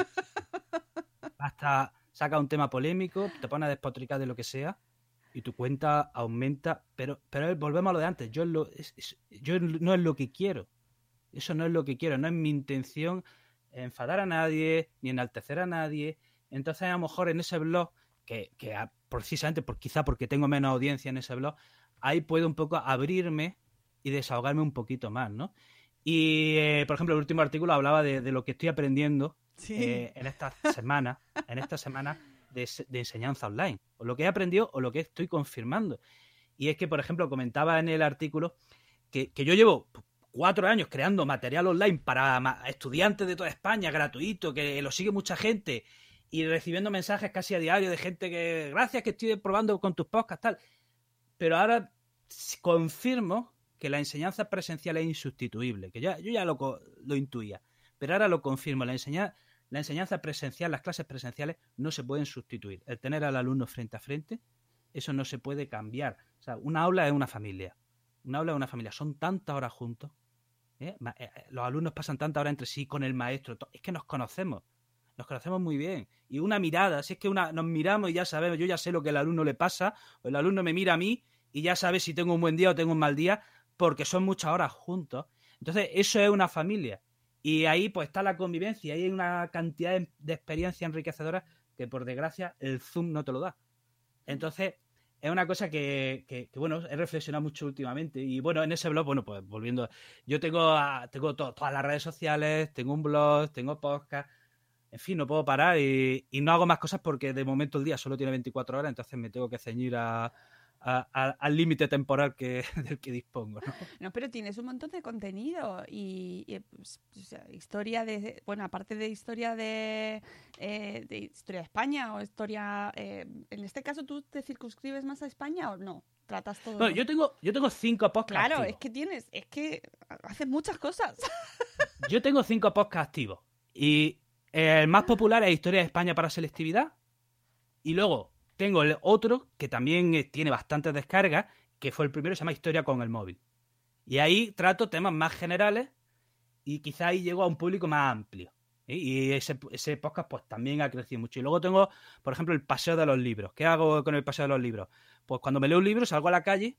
Hasta saca un tema polémico, te pones a despotricar de lo que sea y tu cuenta aumenta, pero, pero volvemos a lo de antes, yo, lo, es, es, yo no es lo que quiero, eso no es lo que quiero, no es mi intención enfadar a nadie, ni enaltecer a nadie. Entonces, a lo mejor en ese blog, que, que precisamente por, quizá porque tengo menos audiencia en ese blog, ahí puedo un poco abrirme y desahogarme un poquito más, ¿no? Y, eh, por ejemplo, el último artículo hablaba de, de lo que estoy aprendiendo Sí. eh, en estas semanas, en estas semanas de, de enseñanza online. O lo que he aprendido o lo que estoy confirmando. Y es que, por ejemplo, comentaba en el artículo que, que yo llevo cuatro años creando material online para estudiantes de toda España, gratuito, que lo sigue mucha gente, y recibiendo mensajes casi a diario de gente que, gracias, que estoy probando con tus podcasts, tal. Pero ahora confirmo que la enseñanza presencial es insustituible, que ya, yo ya lo, lo intuía, pero ahora lo confirmo, la, enseña, la enseñanza presencial, las clases presenciales no se pueden sustituir. El tener al alumno frente a frente, eso no se puede cambiar. O sea, una aula es una familia, una aula es una familia, son tantas horas juntos, ¿eh? Los alumnos pasan tantas horas entre sí con el maestro, es que nos conocemos, nos conocemos muy bien, y una mirada, si es que una, nos miramos y ya sabemos, yo ya sé lo que al alumno le pasa, o el alumno me mira a mí y ya sabe si tengo un buen día o tengo un mal día, porque son muchas horas juntos. Entonces, eso es una familia. Y ahí pues está la convivencia, ahí hay una cantidad de, de experiencias enriquecedoras que, por desgracia, el Zoom no te lo da. Entonces, es una cosa que, que, que, bueno, he reflexionado mucho últimamente. Y, bueno, en ese blog, bueno, pues volviendo, yo tengo, tengo to, todas las redes sociales, tengo un blog, tengo podcast, en fin, no puedo parar y, y no hago más cosas porque de momento el día solo tiene veinticuatro horas, entonces me tengo que ceñir a... A, a, al límite temporal que, del que dispongo, ¿no? No, pero tienes un montón de contenido y, y pues, o sea, historia de, bueno, aparte de historia de, eh, de historia de España o historia, eh, en este caso, ¿tú te circunscribes más a España o no? Tratas todo. Bueno, yo tengo, yo tengo cinco podcasts. Claro, activos. es que tienes, es que haces muchas cosas. Yo tengo cinco podcasts activos y el más popular es Historia de España para selectividad y luego tengo el otro, que también tiene bastantes descargas, que fue el primero, se llama Historia con el móvil. Y ahí trato temas más generales y quizá ahí llego a un público más amplio. ¿Sí? Y ese, ese podcast pues también ha crecido mucho. Y luego tengo, por ejemplo, el paseo de los libros. ¿Qué hago con el paseo de los libros? Pues cuando me leo un libro salgo a la calle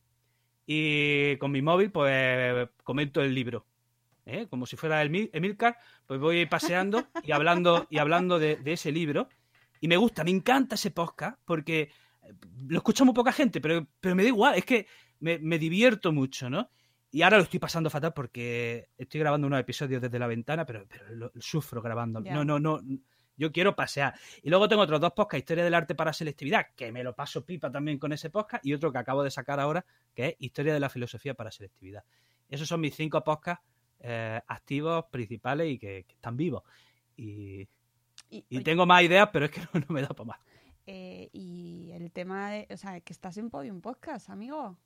y con mi móvil pues comento el libro. ¿Eh? Como si fuera el Emilcar, pues voy paseando y hablando, y hablando de, de ese libro. Y me gusta, me encanta ese podcast porque lo escucha muy poca gente, pero, pero me da igual, es que me, me divierto mucho, ¿no? Y ahora lo estoy pasando fatal porque estoy grabando unos episodios desde la ventana, pero, pero lo, sufro grabando. Yeah. No, no, no, yo quiero pasear. Y luego tengo otros dos podcasts, Historia del Arte para Selectividad, que me lo paso pipa también con ese podcast, y otro que acabo de sacar ahora, que es Historia de la Filosofía para Selectividad. Esos son mis cinco podcasts eh, activos, principales y que, que están vivos. Y... Y, y tengo más ideas, pero es que no, no me da para más. Eh, y el tema de... O sea, que estás en Podium Podcast, amigo.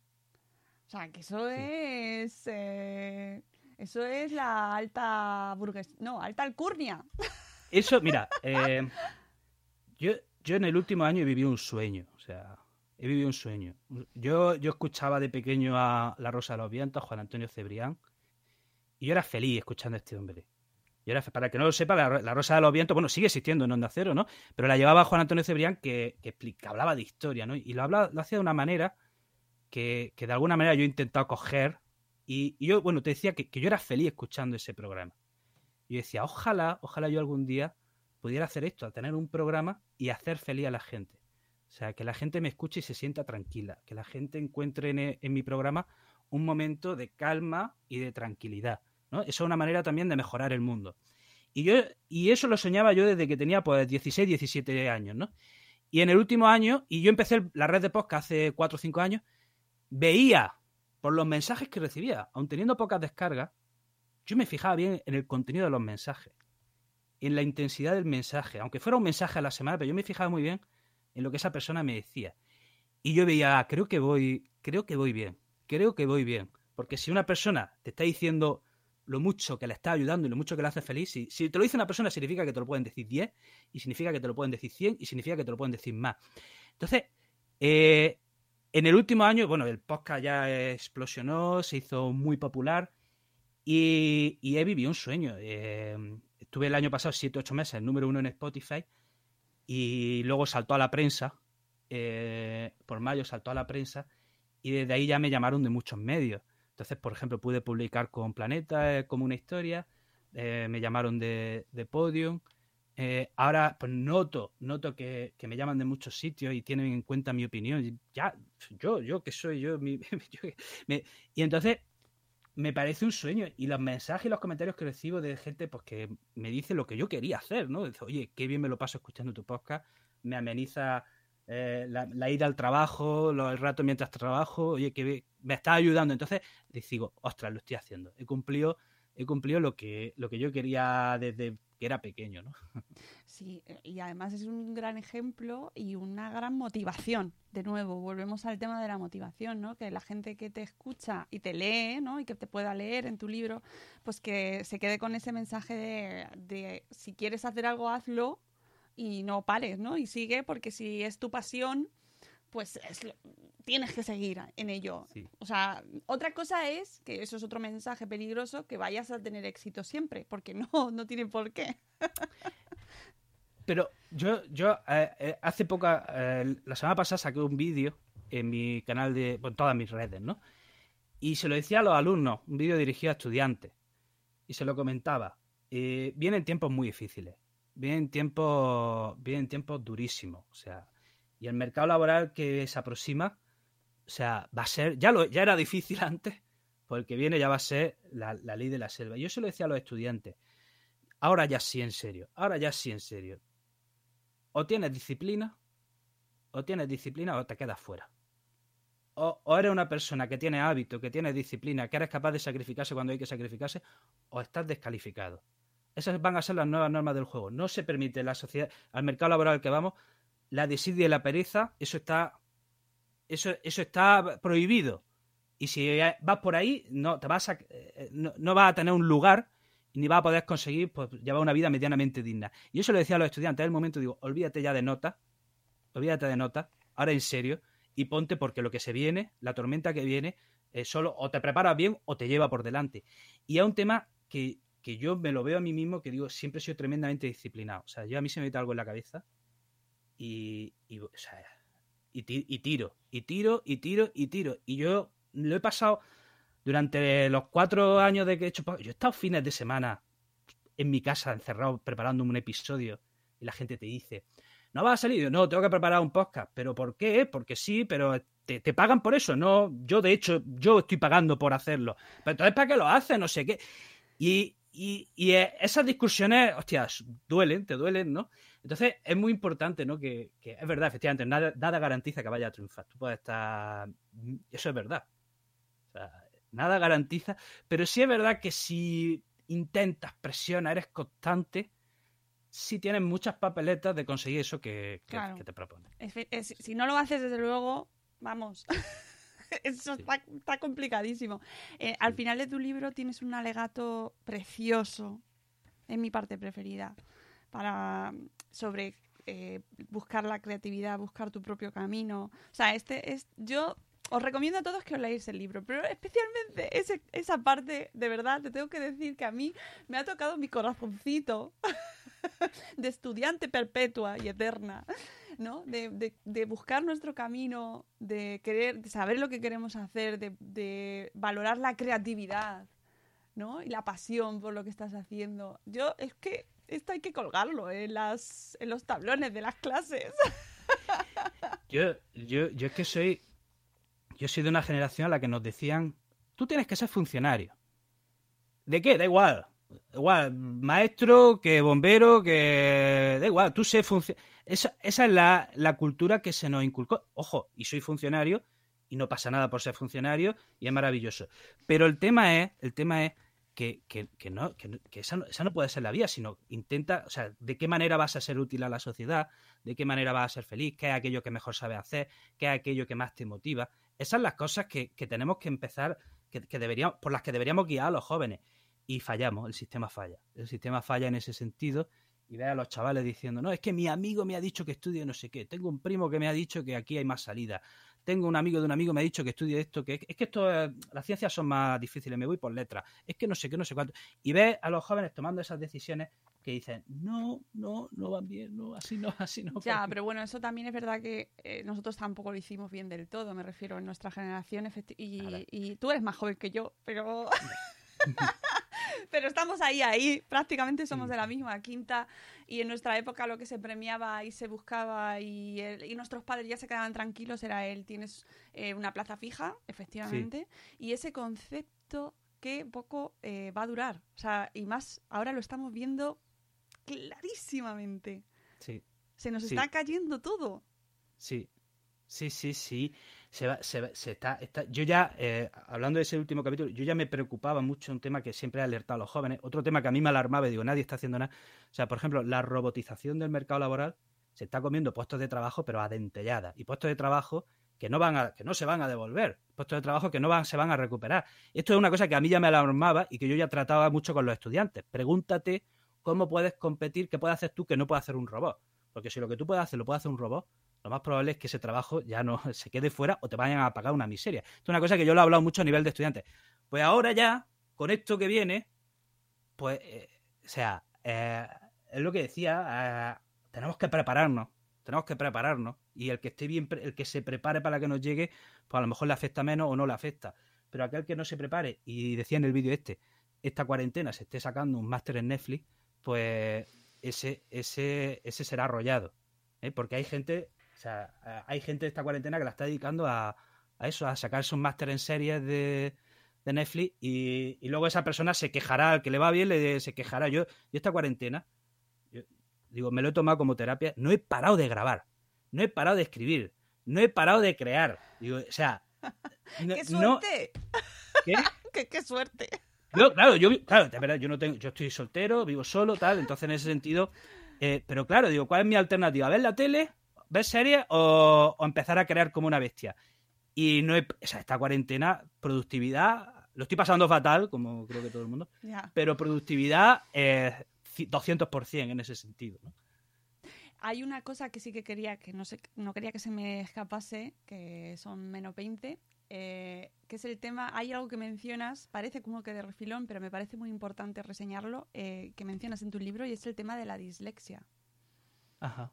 O sea, que eso sí. es... Eh, eso es la alta burgues... No, alta alcurnia. Eso, mira, eh, yo, yo en el último año he vivido un sueño. O sea, he vivido un sueño. Yo, yo escuchaba de pequeño a La Rosa de los Vientos, a Juan Antonio Cebrián, y yo era feliz escuchando a este hombre. Y ahora, para que no lo sepa, la, la Rosa de los Vientos, bueno, sigue existiendo en Onda Cero, ¿no? Pero la llevaba Juan Antonio Cebrián, que, que, explica, que hablaba de historia, ¿no? Y lo, hablaba, lo hacía de una manera que, que de alguna manera yo he intentado coger. Y, y yo, bueno, te decía que, que yo era feliz escuchando ese programa. Y yo decía, ojalá, ojalá yo algún día pudiera hacer esto, tener un programa y hacer feliz a la gente. O sea, que la gente me escuche y se sienta tranquila. Que la gente encuentre en, en mi programa un momento de calma y de tranquilidad, ¿no? Eso es una manera también de mejorar el mundo. Y yo y eso lo soñaba yo desde que tenía pues dieciséis, diecisiete años, ¿no? Y en el último año, y yo empecé la red de podcast hace cuatro o cinco años, veía por los mensajes que recibía, aun teniendo pocas descargas, yo me fijaba bien en el contenido de los mensajes, en la intensidad del mensaje, aunque fuera un mensaje a la semana, pero yo me fijaba muy bien en lo que esa persona me decía. Y yo veía, ah, creo que voy, creo que voy bien, creo que voy bien. Porque si una persona te está diciendo lo mucho que le está ayudando y lo mucho que le hace feliz, si, si te lo dice una persona significa que te lo pueden decir diez, y significa que te lo pueden decir cien, y significa que te lo pueden decir más. Entonces, eh, en el último año, bueno, el podcast ya explosionó, se hizo muy popular, y, y he vivido un sueño. Eh, estuve el año pasado siete, ocho meses, el número uno en Spotify, y luego saltó a la prensa, eh, por mayo saltó a la prensa, y desde ahí ya me llamaron de muchos medios. Entonces, por ejemplo, pude publicar con Planeta eh, como una historia, eh, me llamaron de, de Podium. Eh, ahora, pues noto, noto que, que me llaman de muchos sitios y tienen en cuenta mi opinión. Ya, yo, yo que soy yo, mi, yo me, y entonces me parece un sueño. Y los mensajes y los comentarios que recibo de gente pues que me dice lo que yo quería hacer, ¿no? Dice, oye, qué bien me lo paso escuchando tu podcast, me ameniza eh, la, la ida al trabajo, los, el rato mientras trabajo, oye, que me está ayudando. Entonces digo, ostras, lo estoy haciendo. He cumplido, he cumplido lo que, lo que yo quería desde que era pequeño, ¿no? Sí, y además es un gran ejemplo y una gran motivación. De nuevo, volvemos al tema de la motivación, ¿no? Que la gente que te escucha y te lee, ¿no? Y que te pueda leer en tu libro, pues que se quede con ese mensaje de, de si quieres hacer algo, hazlo y no pares, ¿no? Y sigue, porque si es tu pasión, pues es lo, tienes que seguir en ello. Sí. O sea, otra cosa es, que eso es otro mensaje peligroso, que vayas a tener éxito siempre, porque no, no tiene por qué. Pero yo, yo eh, eh, hace poco, eh, la semana pasada saqué un vídeo en mi canal de, bueno, todas mis redes, ¿no? Y se lo decía a los alumnos, un vídeo dirigido a estudiantes. Y se lo comentaba. Eh, vienen tiempos muy difíciles. Vienen tiempos, vienen tiempos durísimos. O sea, y el mercado laboral que se aproxima, o sea, va a ser, ya, lo, ya era difícil antes, pues el que viene ya va a ser la, la ley de la selva. Yo se lo decía a los estudiantes. Ahora ya sí en serio, ahora ya sí en serio. O tienes disciplina, o tienes disciplina o te quedas fuera. O, o eres una persona que tiene hábito, que tiene disciplina, que eres capaz de sacrificarse cuando hay que sacrificarse, o estás descalificado. Esas van a ser las nuevas normas del juego. No se permite la sociedad, al mercado laboral que vamos, la desidia y la pereza, eso está, eso, eso está prohibido. Y si vas por ahí, no, te vas a, no, no vas a tener un lugar ni vas a poder conseguir pues, llevar una vida medianamente digna. Y eso lo decía a los estudiantes. En el momento digo, olvídate ya de notas, olvídate de notas, ahora en serio, y ponte porque lo que se viene, la tormenta que viene, eh, solo o te preparas bien o te lleva por delante. Y es un tema que, que yo me lo veo a mí mismo, que digo, siempre he sido tremendamente disciplinado. O sea, yo a mí se me mete algo en la cabeza y, y, o sea, y, ti, y tiro, y tiro, y tiro, y tiro. Y yo lo he pasado durante los cuatro años de que he hecho... Yo he estado fines de semana en mi casa encerrado preparando un episodio y la gente te dice, ¿no vas a salir? Yo, no, tengo que preparar un podcast. ¿Pero por qué? Porque sí, pero te, te pagan por eso. No, yo de hecho, yo estoy pagando por hacerlo. Pero entonces, ¿para qué lo haces? No sé qué. Y, y, y esas discusiones, hostias, duelen, te duelen, ¿no? Entonces es muy importante, ¿no? Que, que es verdad, efectivamente, nada, nada garantiza que vaya a triunfar. Tú puedes estar... Eso es verdad. O sea, nada garantiza, pero sí es verdad que si intentas, presionas, eres constante, sí tienes muchas papeletas de conseguir eso que, que, Claro. que te propones. Es, es, si no lo haces, desde luego, vamos, eso Sí. está, está complicadísimo. Eh, al final de tu libro tienes un alegato precioso, es mi parte preferida, para sobre eh, buscar la creatividad, buscar tu propio camino. O sea, este es yo... Os recomiendo a todos que os leáis el libro, pero especialmente ese, esa parte, de verdad, te tengo que decir que a mí me ha tocado mi corazoncito de estudiante perpetua y eterna, ¿no? De, de, de buscar nuestro camino, de querer, de saber lo que queremos hacer, de, de valorar la creatividad, ¿no? Y la pasión por lo que estás haciendo. Yo, es que esto hay que colgarlo en, las, en los tablones de las clases. Yo, yo, yo es que soy... Yo soy de una generación a la que nos decían, tú tienes que ser funcionario. ¿De qué? Da igual. Da igual, maestro, que bombero, que... Da igual, tú sé funcionario. Esa, esa es la, la cultura que se nos inculcó. Ojo, y soy funcionario, y no pasa nada por ser funcionario, y es maravilloso. Pero el tema es, el tema es que, que, que, no, que, que esa, no, esa no puede ser la vía, sino intenta, o sea, de qué manera vas a ser útil a la sociedad, de qué manera vas a ser feliz, qué es aquello que mejor sabes hacer, qué es aquello que más te motiva. Esas son las cosas que, que tenemos que empezar, que, que deberíamos, por las que deberíamos guiar a los jóvenes. Y fallamos, el sistema falla. El sistema falla en ese sentido. Y ve a los chavales diciendo, no, es que mi amigo me ha dicho que estudie no sé qué. Tengo un primo que me ha dicho que aquí hay más salida. Tengo un amigo de un amigo que me ha dicho que estudie esto, que es que esto, eh, las ciencias son más difíciles, me voy por letras. Es que no sé qué, no sé cuánto. Y ve a los jóvenes tomando esas decisiones que dicen, no, no, no van bien, no, así no, así no. Ya, porque... pero bueno, eso también es verdad que eh, nosotros tampoco lo hicimos bien del todo, me refiero, en nuestra generación, efecti- y, y tú eres más joven que yo, pero... pero estamos ahí, ahí, prácticamente somos Sí. de la misma quinta, y en nuestra época lo que se premiaba y se buscaba y, el, y nuestros padres ya se quedaban tranquilos era el tienes eh, una plaza fija, efectivamente, y ese concepto que poco eh, va a durar. O sea, y más, ahora lo estamos viendo clarísimamente. Sí. Se nos Sí. está cayendo todo. Sí, sí, sí, sí. Se va, se va- se está, está- Yo ya, eh, hablando de ese último capítulo, yo ya me preocupaba mucho un tema que siempre he alertado a los jóvenes. Otro tema que a mí me alarmaba y digo, nadie está haciendo nada. O sea, por ejemplo, la robotización del mercado laboral se está comiendo puestos de trabajo, pero a dentelladas. Y puestos de trabajo que no van a, que no se van a devolver. Puestos de trabajo que no van, se van a recuperar. Esto es una cosa que a mí ya me alarmaba y que yo ya trataba mucho con los estudiantes. Pregúntate cómo puedes competir, qué puedes hacer tú que no puede hacer un robot. Porque si lo que tú puedes hacer lo puede hacer un robot, lo más probable es que ese trabajo ya no se quede fuera o te vayan a pagar una miseria. Esto es una cosa que yo lo he hablado mucho a nivel de estudiantes. Pues ahora ya, con esto que viene, pues, eh, o sea, eh, es lo que decía, eh, tenemos que prepararnos, tenemos que prepararnos. Y el que esté bien, pre- el que se prepare para que nos llegue, pues a lo mejor le afecta menos o no le afecta. Pero aquel que no se prepare, y decía en el vídeo este, esta cuarentena se esté sacando un máster en Netflix, pues ese, ese, ese será arrollado. ¿eh? Porque hay gente, o sea, hay gente de esta cuarentena que la está dedicando a, a eso, a sacarse un máster en series de, de Netflix y, y luego esa persona se quejará, al que le va bien le, se quejará. Yo, yo esta cuarentena, yo, digo, me lo he tomado como terapia, no he parado de grabar, no he parado de escribir, no he parado de crear. Digo, o sea, no, ¡Qué no- suerte! ¿qué? ¡Qué, qué suerte! Yo, claro, yo, claro, de verdad, yo no tengo, yo estoy soltero, vivo solo, tal, entonces en ese sentido, eh, pero claro, digo, ¿cuál es mi alternativa? ¿Ver la tele, ver series o, o empezar a crear como una bestia? Y no he, o sea, esta cuarentena, productividad, lo estoy pasando fatal, como creo que todo el mundo, Ya. pero productividad eh, doscientos por ciento en ese sentido, ¿no? Hay una cosa que sí que quería, que no sé, no quería que se me escapase, que son menos veinte, eh, que es el tema, hay algo que mencionas, parece como que de refilón, pero me parece muy importante reseñarlo, eh, que mencionas en tu libro, y es el tema de la dislexia. Ajá.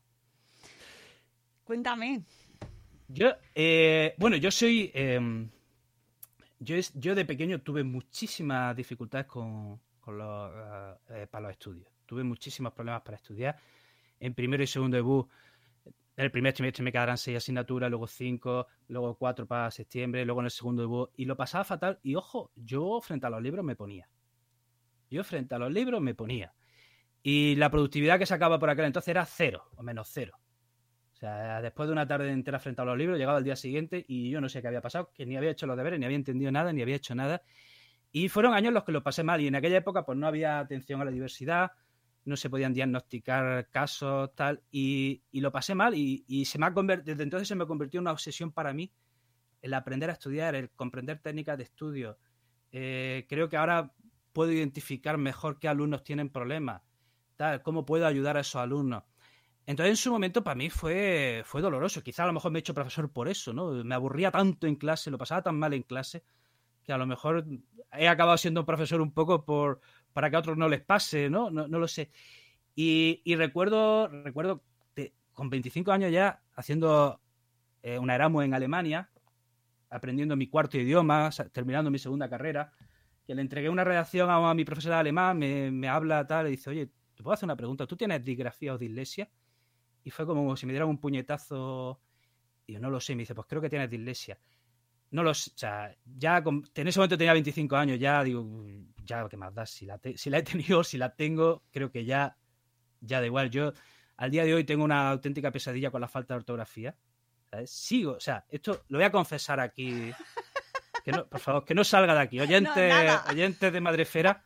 Cuéntame. Yo, eh, bueno, yo soy, eh, yo, es, yo de pequeño tuve muchísimas dificultades con, con los, eh, eh, para los estudios. Tuve muchísimos problemas para estudiar. En primero y segundo de B U, en el primer trimestre me quedaran seis asignaturas, luego cinco, luego cuatro para septiembre, luego en el segundo de B U, y lo pasaba fatal. Y ojo, yo frente a los libros me ponía. Yo frente a los libros me ponía. Y la productividad que sacaba por aquel entonces era cero, o menos cero. O sea, después de una tarde entera frente a los libros, llegaba el día siguiente y yo no sé qué había pasado, que ni había hecho los deberes, ni había entendido nada, ni había hecho nada. Y fueron años los que lo pasé mal. Y en aquella época pues no había atención a la diversidad, no se podían diagnosticar casos, tal, y, y lo pasé mal. Y, y se me ha convertido, desde entonces se me convirtió en una obsesión para mí el aprender a estudiar, el comprender técnicas de estudio. Eh, creo que ahora puedo identificar mejor qué alumnos tienen problemas, tal, cómo puedo ayudar a esos alumnos. Entonces, en su momento, para mí fue, fue doloroso. Quizá a lo mejor me he hecho profesor por eso, ¿no? Me aburría tanto en clase, lo pasaba tan mal en clase, que a lo mejor he acabado siendo un profesor un poco por para que a otros no les pase, ¿no? No, no lo sé. Y, y recuerdo, recuerdo de, con veinticinco años ya, haciendo eh, una Erasmus en Alemania, aprendiendo mi cuarto idioma, terminando mi segunda carrera, que le entregué una redacción a, a mi profesora de alemán, me, me habla tal, y dice, oye, ¿te puedo hacer una pregunta? ¿Tú tienes disgrafía o dislexia? Y fue como si me dieran un puñetazo. Y yo no lo sé. Me dice, pues creo que tienes dislexia. No lo sé. O sea, ya con, en ese momento tenía veinticinco años. Ya digo, ya qué más da. Si la, te, si la he tenido, si la tengo, creo que ya, ya da igual. Yo al día de hoy tengo una auténtica pesadilla con la falta de ortografía. ¿Sabes? Sigo. O sea, esto lo voy a confesar aquí. Que no, por favor, que no salga de aquí. Oyentes, no, oyentes de Madrefera,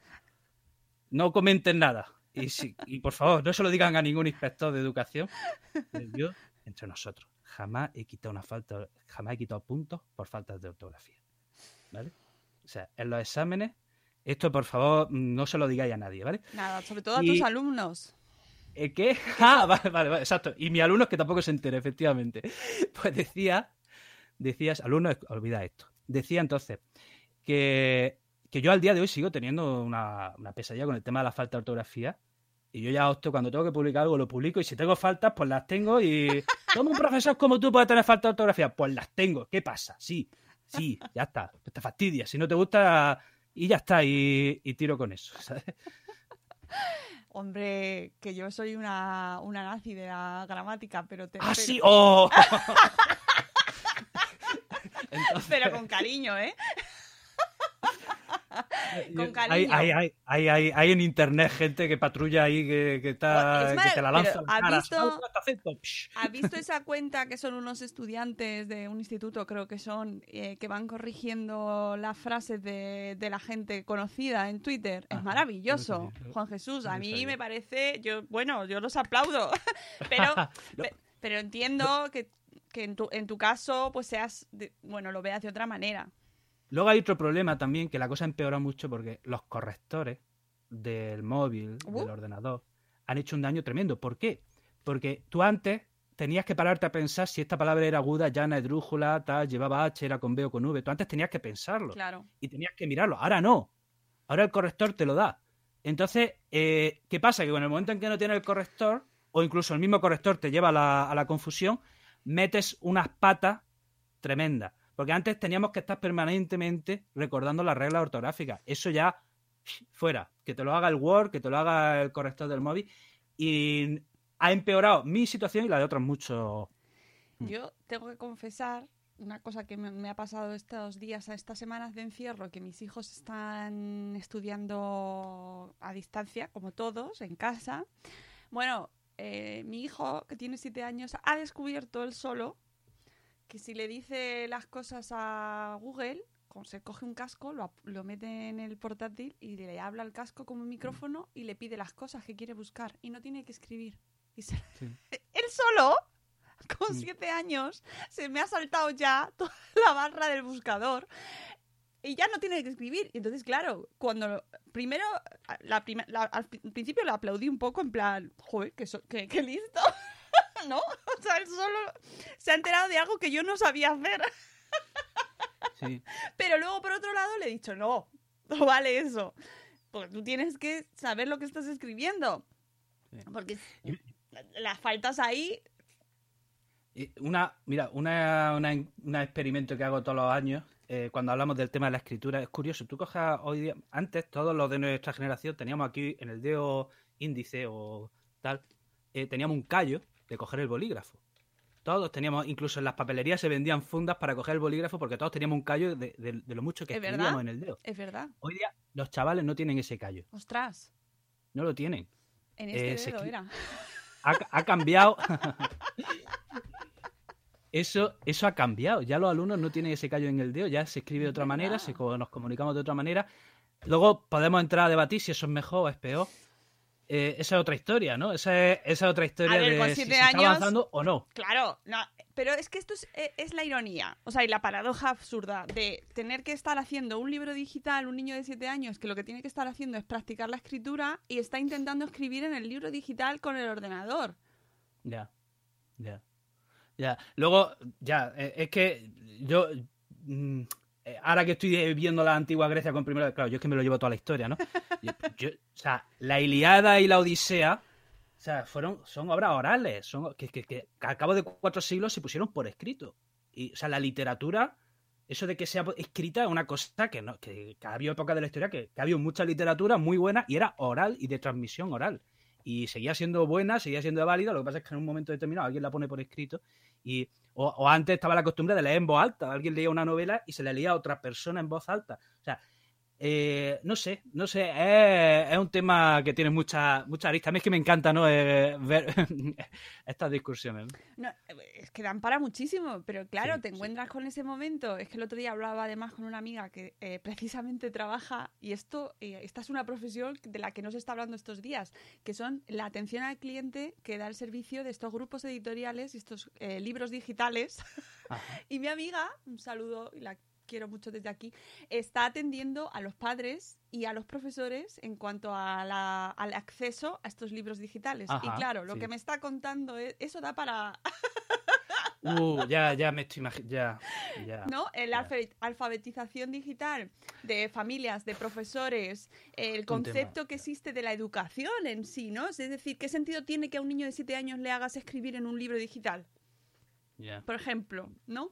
no comenten nada. Y, si, y por favor, no se lo digan a ningún inspector de educación. Yo, entre nosotros, jamás he quitado una falta, jamás he quitado puntos por faltas de ortografía. ¿Vale? O sea, en los exámenes, esto por favor no se lo digáis a nadie, ¿vale? Nada, sobre todo a Y- tus alumnos. ¿Eh, ¿Qué? Ah, vale, vale, vale, exacto. Y mi alumno es que tampoco se entere, efectivamente. Pues decía, decías, alumnos, olvida esto. Decía entonces que, que yo al día de hoy sigo teniendo una, una pesadilla con el tema de la falta de ortografía. Y yo ya opto, cuando tengo que publicar algo, lo publico. Y si tengo faltas, pues las tengo. Y ¿cómo un profesor como tú puede tener falta de ortografía? Pues las tengo. ¿Qué pasa? Sí, sí, ya está. Pues te fastidia. Si no te gusta, y ya está. Y, y tiro con eso, ¿sabes? Hombre, que yo soy una, una nazi de la gramática, pero... Te, ¡Ah, pero- sí! ¡Oh! Entonces, Pero con cariño, ¿eh? Con cariño. Hay, hay, hay, hay, hay, hay en internet gente que patrulla ahí, que, que, está, Es que te la lanza. ¿Has cara, visto, Psh. ¿Has visto esa cuenta que son unos estudiantes de un instituto, creo que son, eh, que van corrigiendo las frases de, de la gente conocida en Twitter? Es Ajá, maravilloso, no sabía. Juan Jesús. No A mí sabía. me parece, yo bueno, yo los aplaudo, pero, No. pe- pero entiendo que, que en, tu, en tu caso, pues seas, de- bueno, lo veas de otra manera. Luego hay otro problema también, que la cosa empeora mucho porque los correctores del móvil, Uh. del ordenador, han hecho un daño tremendo. ¿Por qué? Porque tú antes tenías que pararte a pensar si esta palabra era aguda, llana, esdrújula, tal, llevaba H, era con B o con V. Tú antes tenías que pensarlo Claro. y tenías que mirarlo. Ahora no. Ahora el corrector te lo da. Entonces, eh, ¿qué pasa? Que en el momento en que no tienes el corrector, o incluso el mismo corrector te lleva a la, a la confusión, metes unas patas tremendas. Porque antes teníamos que estar permanentemente recordando las reglas ortográficas. Eso ya, fuera. Que te lo haga el Word, que te lo haga el corrector del móvil. Y ha empeorado mi situación y la de otros muchos. Yo tengo que confesar una cosa que me, me ha pasado estos días, estas semanas de encierro, que mis hijos están estudiando a distancia, como todos, en casa. Bueno, eh, mi hijo, que tiene siete años, ha descubierto él solo que si le dice las cosas a Google, como se coge un casco, lo, ap- lo mete en el portátil y le habla al casco como un micrófono y le pide las cosas que quiere buscar y no tiene que escribir. Y se- Sí. él solo, con Mm. siete años, se me ha saltado ya toda la barra del buscador y ya no tiene que escribir. Y entonces, claro, cuando primero, la prima- la- al pri- principio le aplaudí un poco en plan, joder, que, so- que, que listo, ¿no? O sea, él solo se ha enterado de algo que yo no sabía hacer. Sí. Pero luego, por otro lado, le he dicho, no, no vale eso. Porque tú tienes que saber lo que estás escribiendo. Sí. Porque las faltas ahí... Y Una, mira, una, una, un experimento que hago todos los años, eh, cuando hablamos del tema de la escritura, es curioso. Tú cojas hoy día, antes todos los de nuestra generación teníamos aquí en el dedo índice o tal, eh, teníamos un callo de coger el bolígrafo. Todos teníamos, incluso en las papelerías se vendían fundas para coger el bolígrafo porque todos teníamos un callo de, de- de lo mucho que ¿Es verdad? escribíamos en el dedo. Es verdad. Hoy día los chavales no tienen ese callo, Ostras, no lo tienen. en este Eh, se dedo escri- era. Ha, ha cambiado. Eso, eso ha cambiado. Ya los alumnos no tienen ese callo en el dedo, ya se escribe de otra Es manera, verdad. se, co- nos comunicamos de otra manera. Luego podemos entrar a debatir si eso es mejor o es peor. Eh, esa es otra historia, ¿no? Esa es, esa es otra historia A ver, de con si siete se está años- avanzando o no. Claro, no, pero es que esto es, eh, es la ironía, o sea, y la paradoja absurda de tener que estar haciendo un libro digital, un niño de siete años, que lo que tiene que estar haciendo es practicar la escritura y está intentando escribir en el libro digital con el ordenador. Ya, ya, ya. Luego, ya, eh, es que yo, mm, eh, ahora que estoy viendo la antigua Grecia con primero, claro, yo es que me lo llevo toda la historia, ¿no? Yo- yo- o sea, la Ilíada y la Odisea, o sea, fueron, son obras orales, son que, que, que al cabo de cuatro siglos se pusieron por escrito. Y, o sea, la literatura, eso de que sea escrita es una cosa que no, que, que ha habido épocas de la historia que, que ha habido mucha literatura muy buena y era oral y de transmisión oral. Y seguía siendo buena, seguía siendo válida, lo que pasa es que en un momento determinado alguien la pone por escrito y o, o antes estaba la costumbre de leer en voz alta, alguien leía una novela y se la leía a otra persona en voz alta. O sea, eh, no sé, no sé, es, es un tema que tiene mucha, mucha arista. A mí es que me encanta, ¿no? Eh, ver estas discusiones. No, es que dan para muchísimo, pero claro, Sí, te sí. encuentras con ese momento. Es que el otro día hablaba además con una amiga que eh, precisamente trabaja, y esto, eh, esta es una profesión de la que no se está hablando estos días, que son la atención al cliente que da el servicio de estos grupos editoriales y estos eh, libros digitales. Ajá. Y mi amiga, un saludo, y la quiero mucho desde aquí, está atendiendo a los padres y a los profesores en cuanto a la- al acceso a estos libros digitales. Ajá, y claro, lo sí. que me está contando, es, eso da para... Uh, ya, ya me estoy imaginando. Ya, ya. ¿No? El ya. alfa- alfabetización digital de familias, de profesores, el Un concepto tema. que existe de la educación en sí, ¿no? Es decir, ¿qué sentido tiene que a un niño de siete años le hagas escribir en un libro digital? Ya. Por ejemplo, ¿no?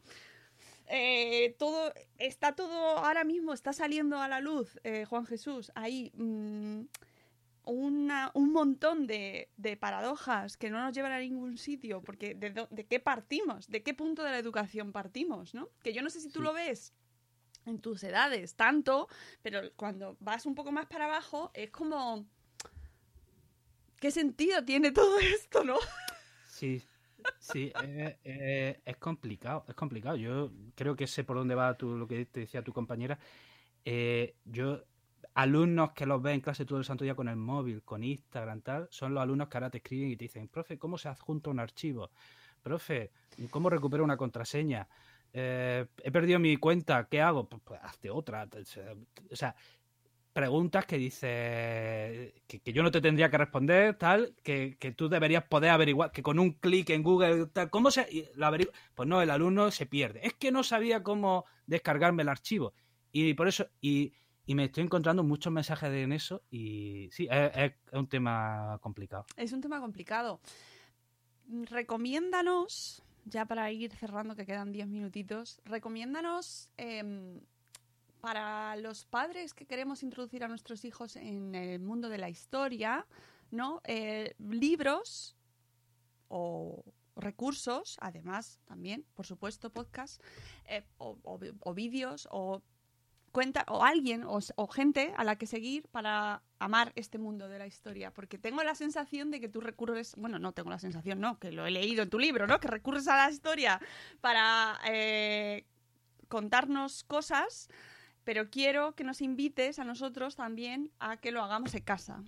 Eh, todo, está todo, ahora mismo está saliendo a la luz, eh, Juan Jesús, ahí mm, una, un montón de, de paradojas que no nos llevan a ningún sitio, porque de, do- de qué partimos, de qué punto de la educación partimos, ¿no? Que yo no sé si tú Sí. lo ves en tus edades, tanto, pero cuando vas un poco más para abajo es como... ¿Qué sentido tiene todo esto, no? Sí, sí, eh, eh, es complicado, es complicado. Yo creo que sé por dónde va tu, lo que te decía tu compañera. Eh, yo, alumnos que los ven en clase todo el santo día con el móvil, con Instagram, tal, son los alumnos que ahora te escriben y te dicen, profe, ¿cómo se adjunta un archivo? Profe, ¿cómo recupero una contraseña? Eh, he perdido mi cuenta, ¿qué hago? Pues, pues hazte otra. O sea, preguntas que dices que, que yo no te tendría que responder, tal, que, que tú deberías poder averiguar, que con un clic en Google, tal, ¿cómo se lo averigua? Pues no, el alumno se pierde. Es que no sabía cómo descargarme el archivo. Y por eso, y, y me estoy encontrando muchos mensajes en eso, y sí, es, es un tema complicado. Es un tema complicado. Recomiéndanos, ya para ir cerrando, que quedan diez minutitos, recomiéndanos eh, para los padres que queremos introducir a nuestros hijos en el mundo de la historia, ¿no? Eh, libros o recursos, además también, por supuesto, podcast, eh, o, o, o vídeos, o cuenta, o alguien, o, o gente a la que seguir para amar este mundo de la historia, porque tengo la sensación de que tú recurres, bueno, no tengo la sensación, no, que lo he leído en tu libro, ¿no? Que recurres a la historia para eh, contarnos cosas, pero quiero que nos invites a nosotros también a que lo hagamos en casa.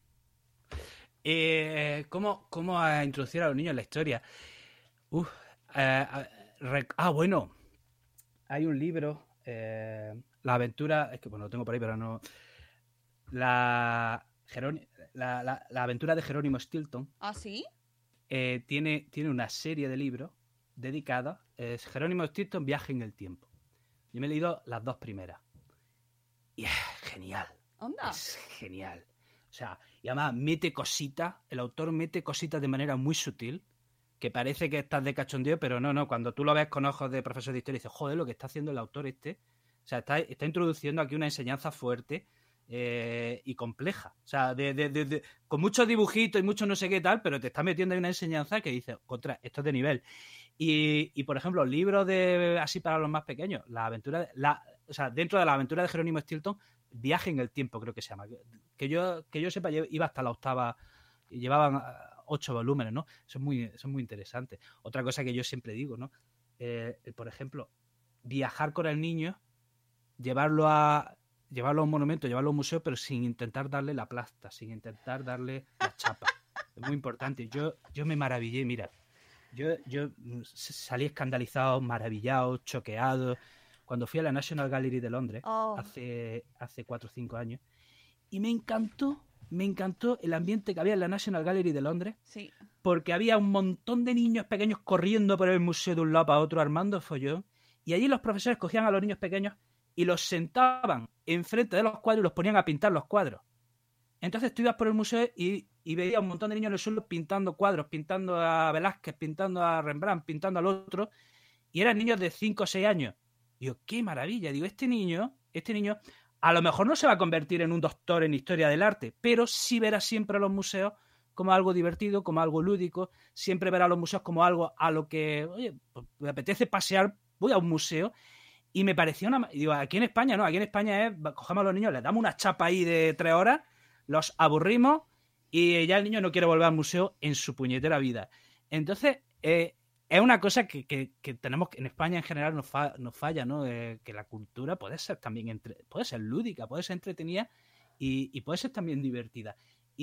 Eh, ¿cómo, ¿Cómo a introducir a los niños en la historia? Uf, eh, rec- ah, bueno, hay un libro, eh, La aventura, es que bueno, lo tengo por ahí, pero no... La, Jerónimo, la, la, la aventura de Jerónimo Stilton. ¿Ah, sí? Eh, tiene, tiene una serie de libros dedicada. Es Jerónimo Stilton, Viaje en el Tiempo. Yo me he leído las dos primeras. Y es genial. ¿Onda? Es genial. O sea, y además mete cositas, el autor mete cositas de manera muy sutil, que parece que estás de cachondeo, pero no, no, cuando tú lo ves con ojos de profesor de historia, dices, joder, lo que está haciendo el autor este. O sea, está, está introduciendo aquí una enseñanza fuerte eh, y compleja. O sea, de, de, de, de, con muchos dibujitos y mucho no sé qué tal, pero te está metiendo ahí una enseñanza que dices, contra, esto es de nivel. Y, y por ejemplo, libros de así para los más pequeños, la aventura, de, la, o sea, dentro de la aventura de Jerónimo Stilton, Viaje en el Tiempo, creo que se llama. Que yo, que yo sepa, iba hasta la octava, y llevaban ocho volúmenes, ¿no? Eso es muy, eso es muy interesante. Otra cosa que yo siempre digo, ¿no? Eh, por ejemplo, viajar con el niño, llevarlo a llevarlo a un monumento, llevarlo a un museo, pero sin intentar darle la plasta, sin intentar darle la chapa. Es muy importante. Yo, yo me maravillé, mira. Yo, yo salí escandalizado, maravillado, choqueado, cuando fui a la National Gallery de Londres, oh. hace, hace cuatro o cinco años, y me encantó, me encantó el ambiente que había en la National Gallery de Londres, sí. Porque había un montón de niños pequeños corriendo por el museo de un lado para otro, armando follón, y allí los profesores cogían a los niños pequeños y los sentaban enfrente de los cuadros y los ponían a pintar los cuadros. Entonces tú ibas por el museo y, y veías un montón de niños en el suelo pintando cuadros, pintando a Velázquez, pintando a Rembrandt, pintando al otro, y eran niños de cinco o seis años. Digo, qué maravilla. Digo, este niño, este niño a lo mejor no se va a convertir en un doctor en historia del arte, pero sí verá siempre a los museos como algo divertido, como algo lúdico, siempre verá a los museos como algo a lo que, oye, pues me apetece pasear, voy a un museo. Y me pareció una... Digo, aquí en España no, aquí en España es, cogemos a los niños, les damos una chapa ahí de tres horas, los aburrimos y ya el niño no quiere volver al museo en su puñetera vida. Entonces, eh, es una cosa que, que, que tenemos que en España en general nos, fa, nos falla, ¿no? Eh, que la cultura puede ser también, entre, puede ser lúdica, puede ser entretenida y, y puede ser también divertida.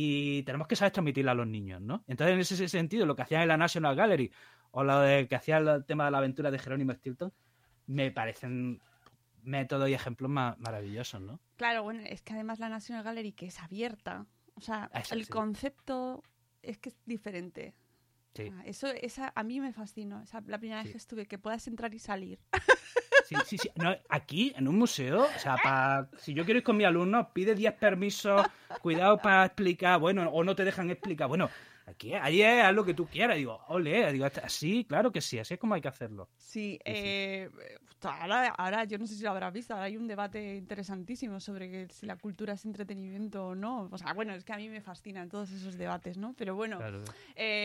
Y tenemos que saber transmitirla a los niños, ¿no? Entonces, en ese sentido, lo que hacían en la National Gallery o lo de, que hacía el tema de la aventura de Jerónimo Stilton, me parecen métodos y ejemplos ma- maravillosos, ¿no? Claro, bueno, es que además la National Gallery, que es abierta, o sea, Eso, el sí. concepto es que es diferente. Sí. Ah, eso esa, a mí me fascinó, esa, la primera Sí. vez que estuve, que puedas entrar y salir. Sí, sí, sí. No, aquí, en un museo, o sea, pa, si yo quiero ir con mi alumno, pide diez permisos, cuidado para explicar, bueno, o no te dejan explicar. Bueno, aquí, allí es haz lo que tú quieras. Digo, ole, digo, así, claro que sí, así es como hay que hacerlo. Sí, Sí, eh, ahora, ahora yo no sé si lo habrás visto, ahora hay un debate interesantísimo sobre que si la cultura es entretenimiento o no. O sea, bueno, es que a mí me fascinan todos esos debates, ¿no? Pero bueno, Claro. eh,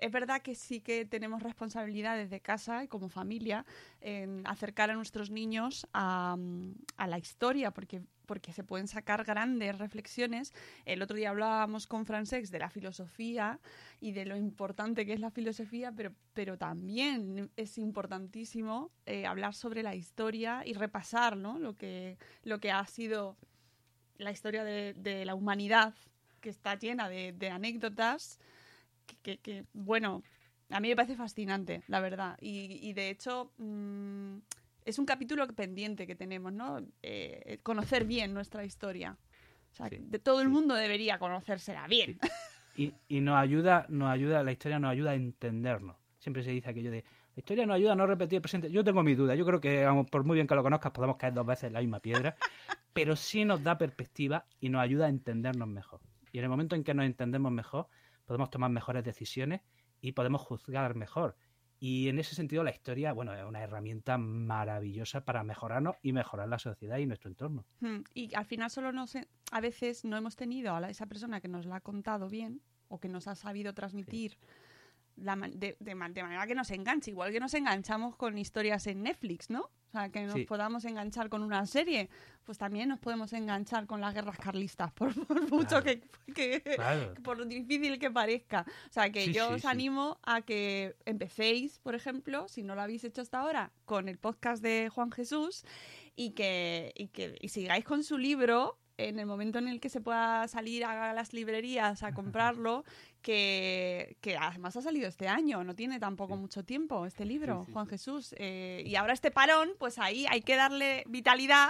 es verdad que sí que tenemos responsabilidad desde casa y como familia en acercar a nuestros niños a, a la historia, porque, porque se pueden sacar grandes reflexiones. El otro día hablábamos con Francesc de la filosofía y de lo importante que es la filosofía, pero, pero también es importantísimo eh, hablar sobre la historia y repasar, ¿no? lo que, lo que ha sido la historia de, de la humanidad, que está llena de, de anécdotas que, que, que, bueno, a mí me parece fascinante, la verdad. Y, y de hecho, mmm, es un capítulo pendiente que tenemos, ¿no? Eh, conocer bien nuestra historia. O sea, sí, de todo el mundo debería conocérsela bien. Sí. Y, y nos ayuda, nos ayuda, la historia nos ayuda a entendernos. Siempre se dice aquello de, la historia nos ayuda a no repetir el presente. Yo tengo mis dudas. Yo creo que, vamos, por muy bien que lo conozcas, podemos caer dos veces en la misma piedra. Pero sí nos da perspectiva y nos ayuda a entendernos mejor. Y en el momento en que nos entendemos mejor, podemos tomar mejores decisiones y podemos juzgar mejor. Y en ese sentido la historia, bueno, es una herramienta maravillosa para mejorarnos y mejorar la sociedad y nuestro entorno. Y al final solo nos, a veces no hemos tenido a la, esa persona que nos la ha contado bien o que nos ha sabido transmitir sí. la, de, de, de manera que nos enganche. Igual que nos enganchamos con historias en Netflix, ¿no? O sea, que nos sí. podamos enganchar con una serie, pues también nos podemos enganchar con las guerras carlistas, por, por mucho claro. que, que claro. por difícil que parezca. O sea, que sí, yo sí, os sí. animo a que empecéis, por ejemplo, si no lo habéis hecho hasta ahora, con el podcast de Juan Jesús y que, y que y sigáis con su libro en el momento en el que se pueda salir a las librerías a comprarlo, que, que además ha salido este año, no tiene tampoco sí. mucho tiempo este libro, sí, sí, Juan sí. Jesús. Eh, y ahora este parón, pues ahí hay que darle vitalidad,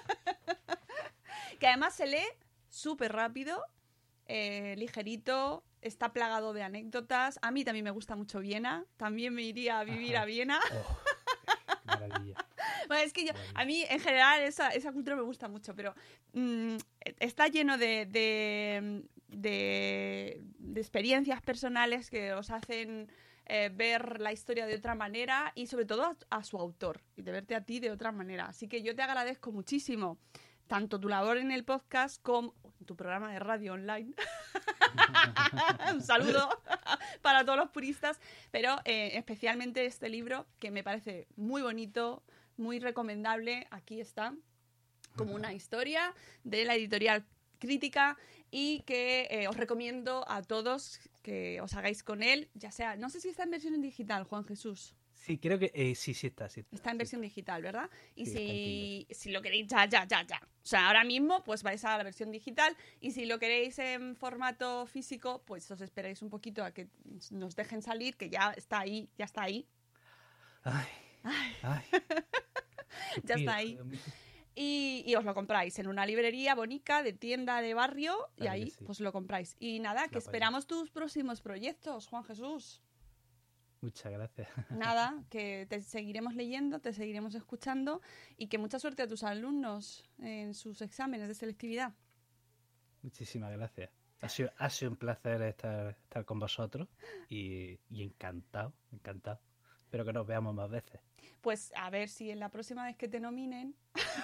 que además se lee súper rápido, eh, ligerito, está plagado de anécdotas. A mí también me gusta mucho Viena, también me iría a vivir Ajá. a Viena. Oh, qué maravilla. Bueno, es que yo, a mí en general esa, esa cultura me gusta mucho, pero mmm, está lleno de, de, de, de experiencias personales que os hacen eh, ver la historia de otra manera y sobre todo a, a su autor y de verte a ti de otra manera. Así que yo te agradezco muchísimo tanto tu labor en el podcast como en tu programa de radio online. Un saludo para todos los puristas, pero eh, especialmente este libro que me parece muy bonito, muy recomendable. Aquí está, como una historia de la editorial Crítica y que eh, os recomiendo a todos que os hagáis con él, ya sea, no sé si está en versión digital, Juan Jesús. Sí, creo que eh, sí, sí está, sí está. Está en versión sí. digital, ¿verdad? Y sí, si, si lo queréis ya, ya, ya, ya. O sea, ahora mismo pues vais a la versión digital y si lo queréis en formato físico, pues os esperáis un poquito a que nos dejen salir, que ya está ahí, ya está ahí. Ay, ay. ay. Ya está ahí. Y, y os lo compráis en una librería bonita de tienda de barrio y ahí sí. pues lo compráis. Y nada, que esperamos tus próximos proyectos, Juan Jesús. Muchas gracias. Nada, que te seguiremos leyendo, te seguiremos escuchando y que mucha suerte a tus alumnos en sus exámenes de selectividad. Muchísimas gracias. Ha sido, ha sido un placer estar, estar con vosotros y, y encantado, encantado. Espero que nos veamos más veces. Pues a ver si en la próxima vez que te nominen...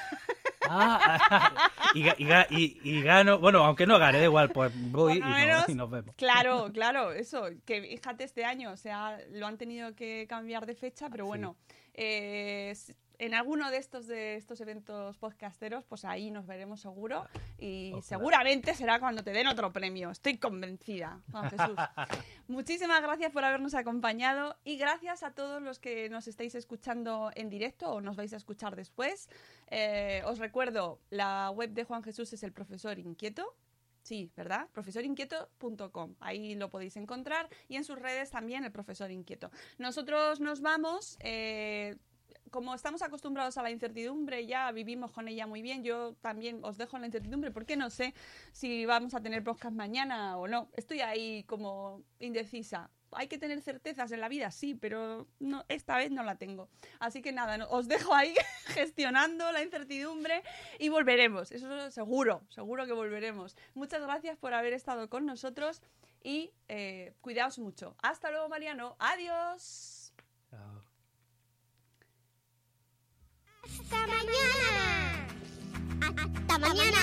Ah, y, y, y, y gano, bueno, aunque no gane, da igual, pues voy y, menos, no, y nos vemos. Claro, claro, eso, que fíjate este año, o sea, lo han tenido que cambiar de fecha, pero bueno, sí. eh, en alguno de estos de estos eventos podcasteros, pues ahí nos veremos seguro y Ojalá. seguramente será cuando te den otro premio, estoy convencida, Juan Jesús. Muchísimas gracias por habernos acompañado y gracias a todos los que nos estáis escuchando en directo o nos vais a escuchar después. Eh, os recuerdo, la web de Juan Jesús es El Profesor Inquieto. Sí, ¿verdad? profesor inquieto punto com. Ahí lo podéis encontrar y en sus redes también El Profesor Inquieto. Nosotros nos vamos... Eh, como estamos acostumbrados a la incertidumbre, ya vivimos con ella muy bien, yo también os dejo en la incertidumbre porque no sé si vamos a tener podcast mañana o no. Estoy ahí como indecisa. Hay que tener certezas en la vida, sí, pero no, esta vez no la tengo. Así que nada, no, os dejo ahí gestionando la incertidumbre y volveremos. Eso seguro, seguro que volveremos. Muchas gracias por haber estado con nosotros y eh, cuidaos mucho. Hasta luego, Mariano. Adiós. Chao. ¡Hasta mañana! ¡Hasta mañana!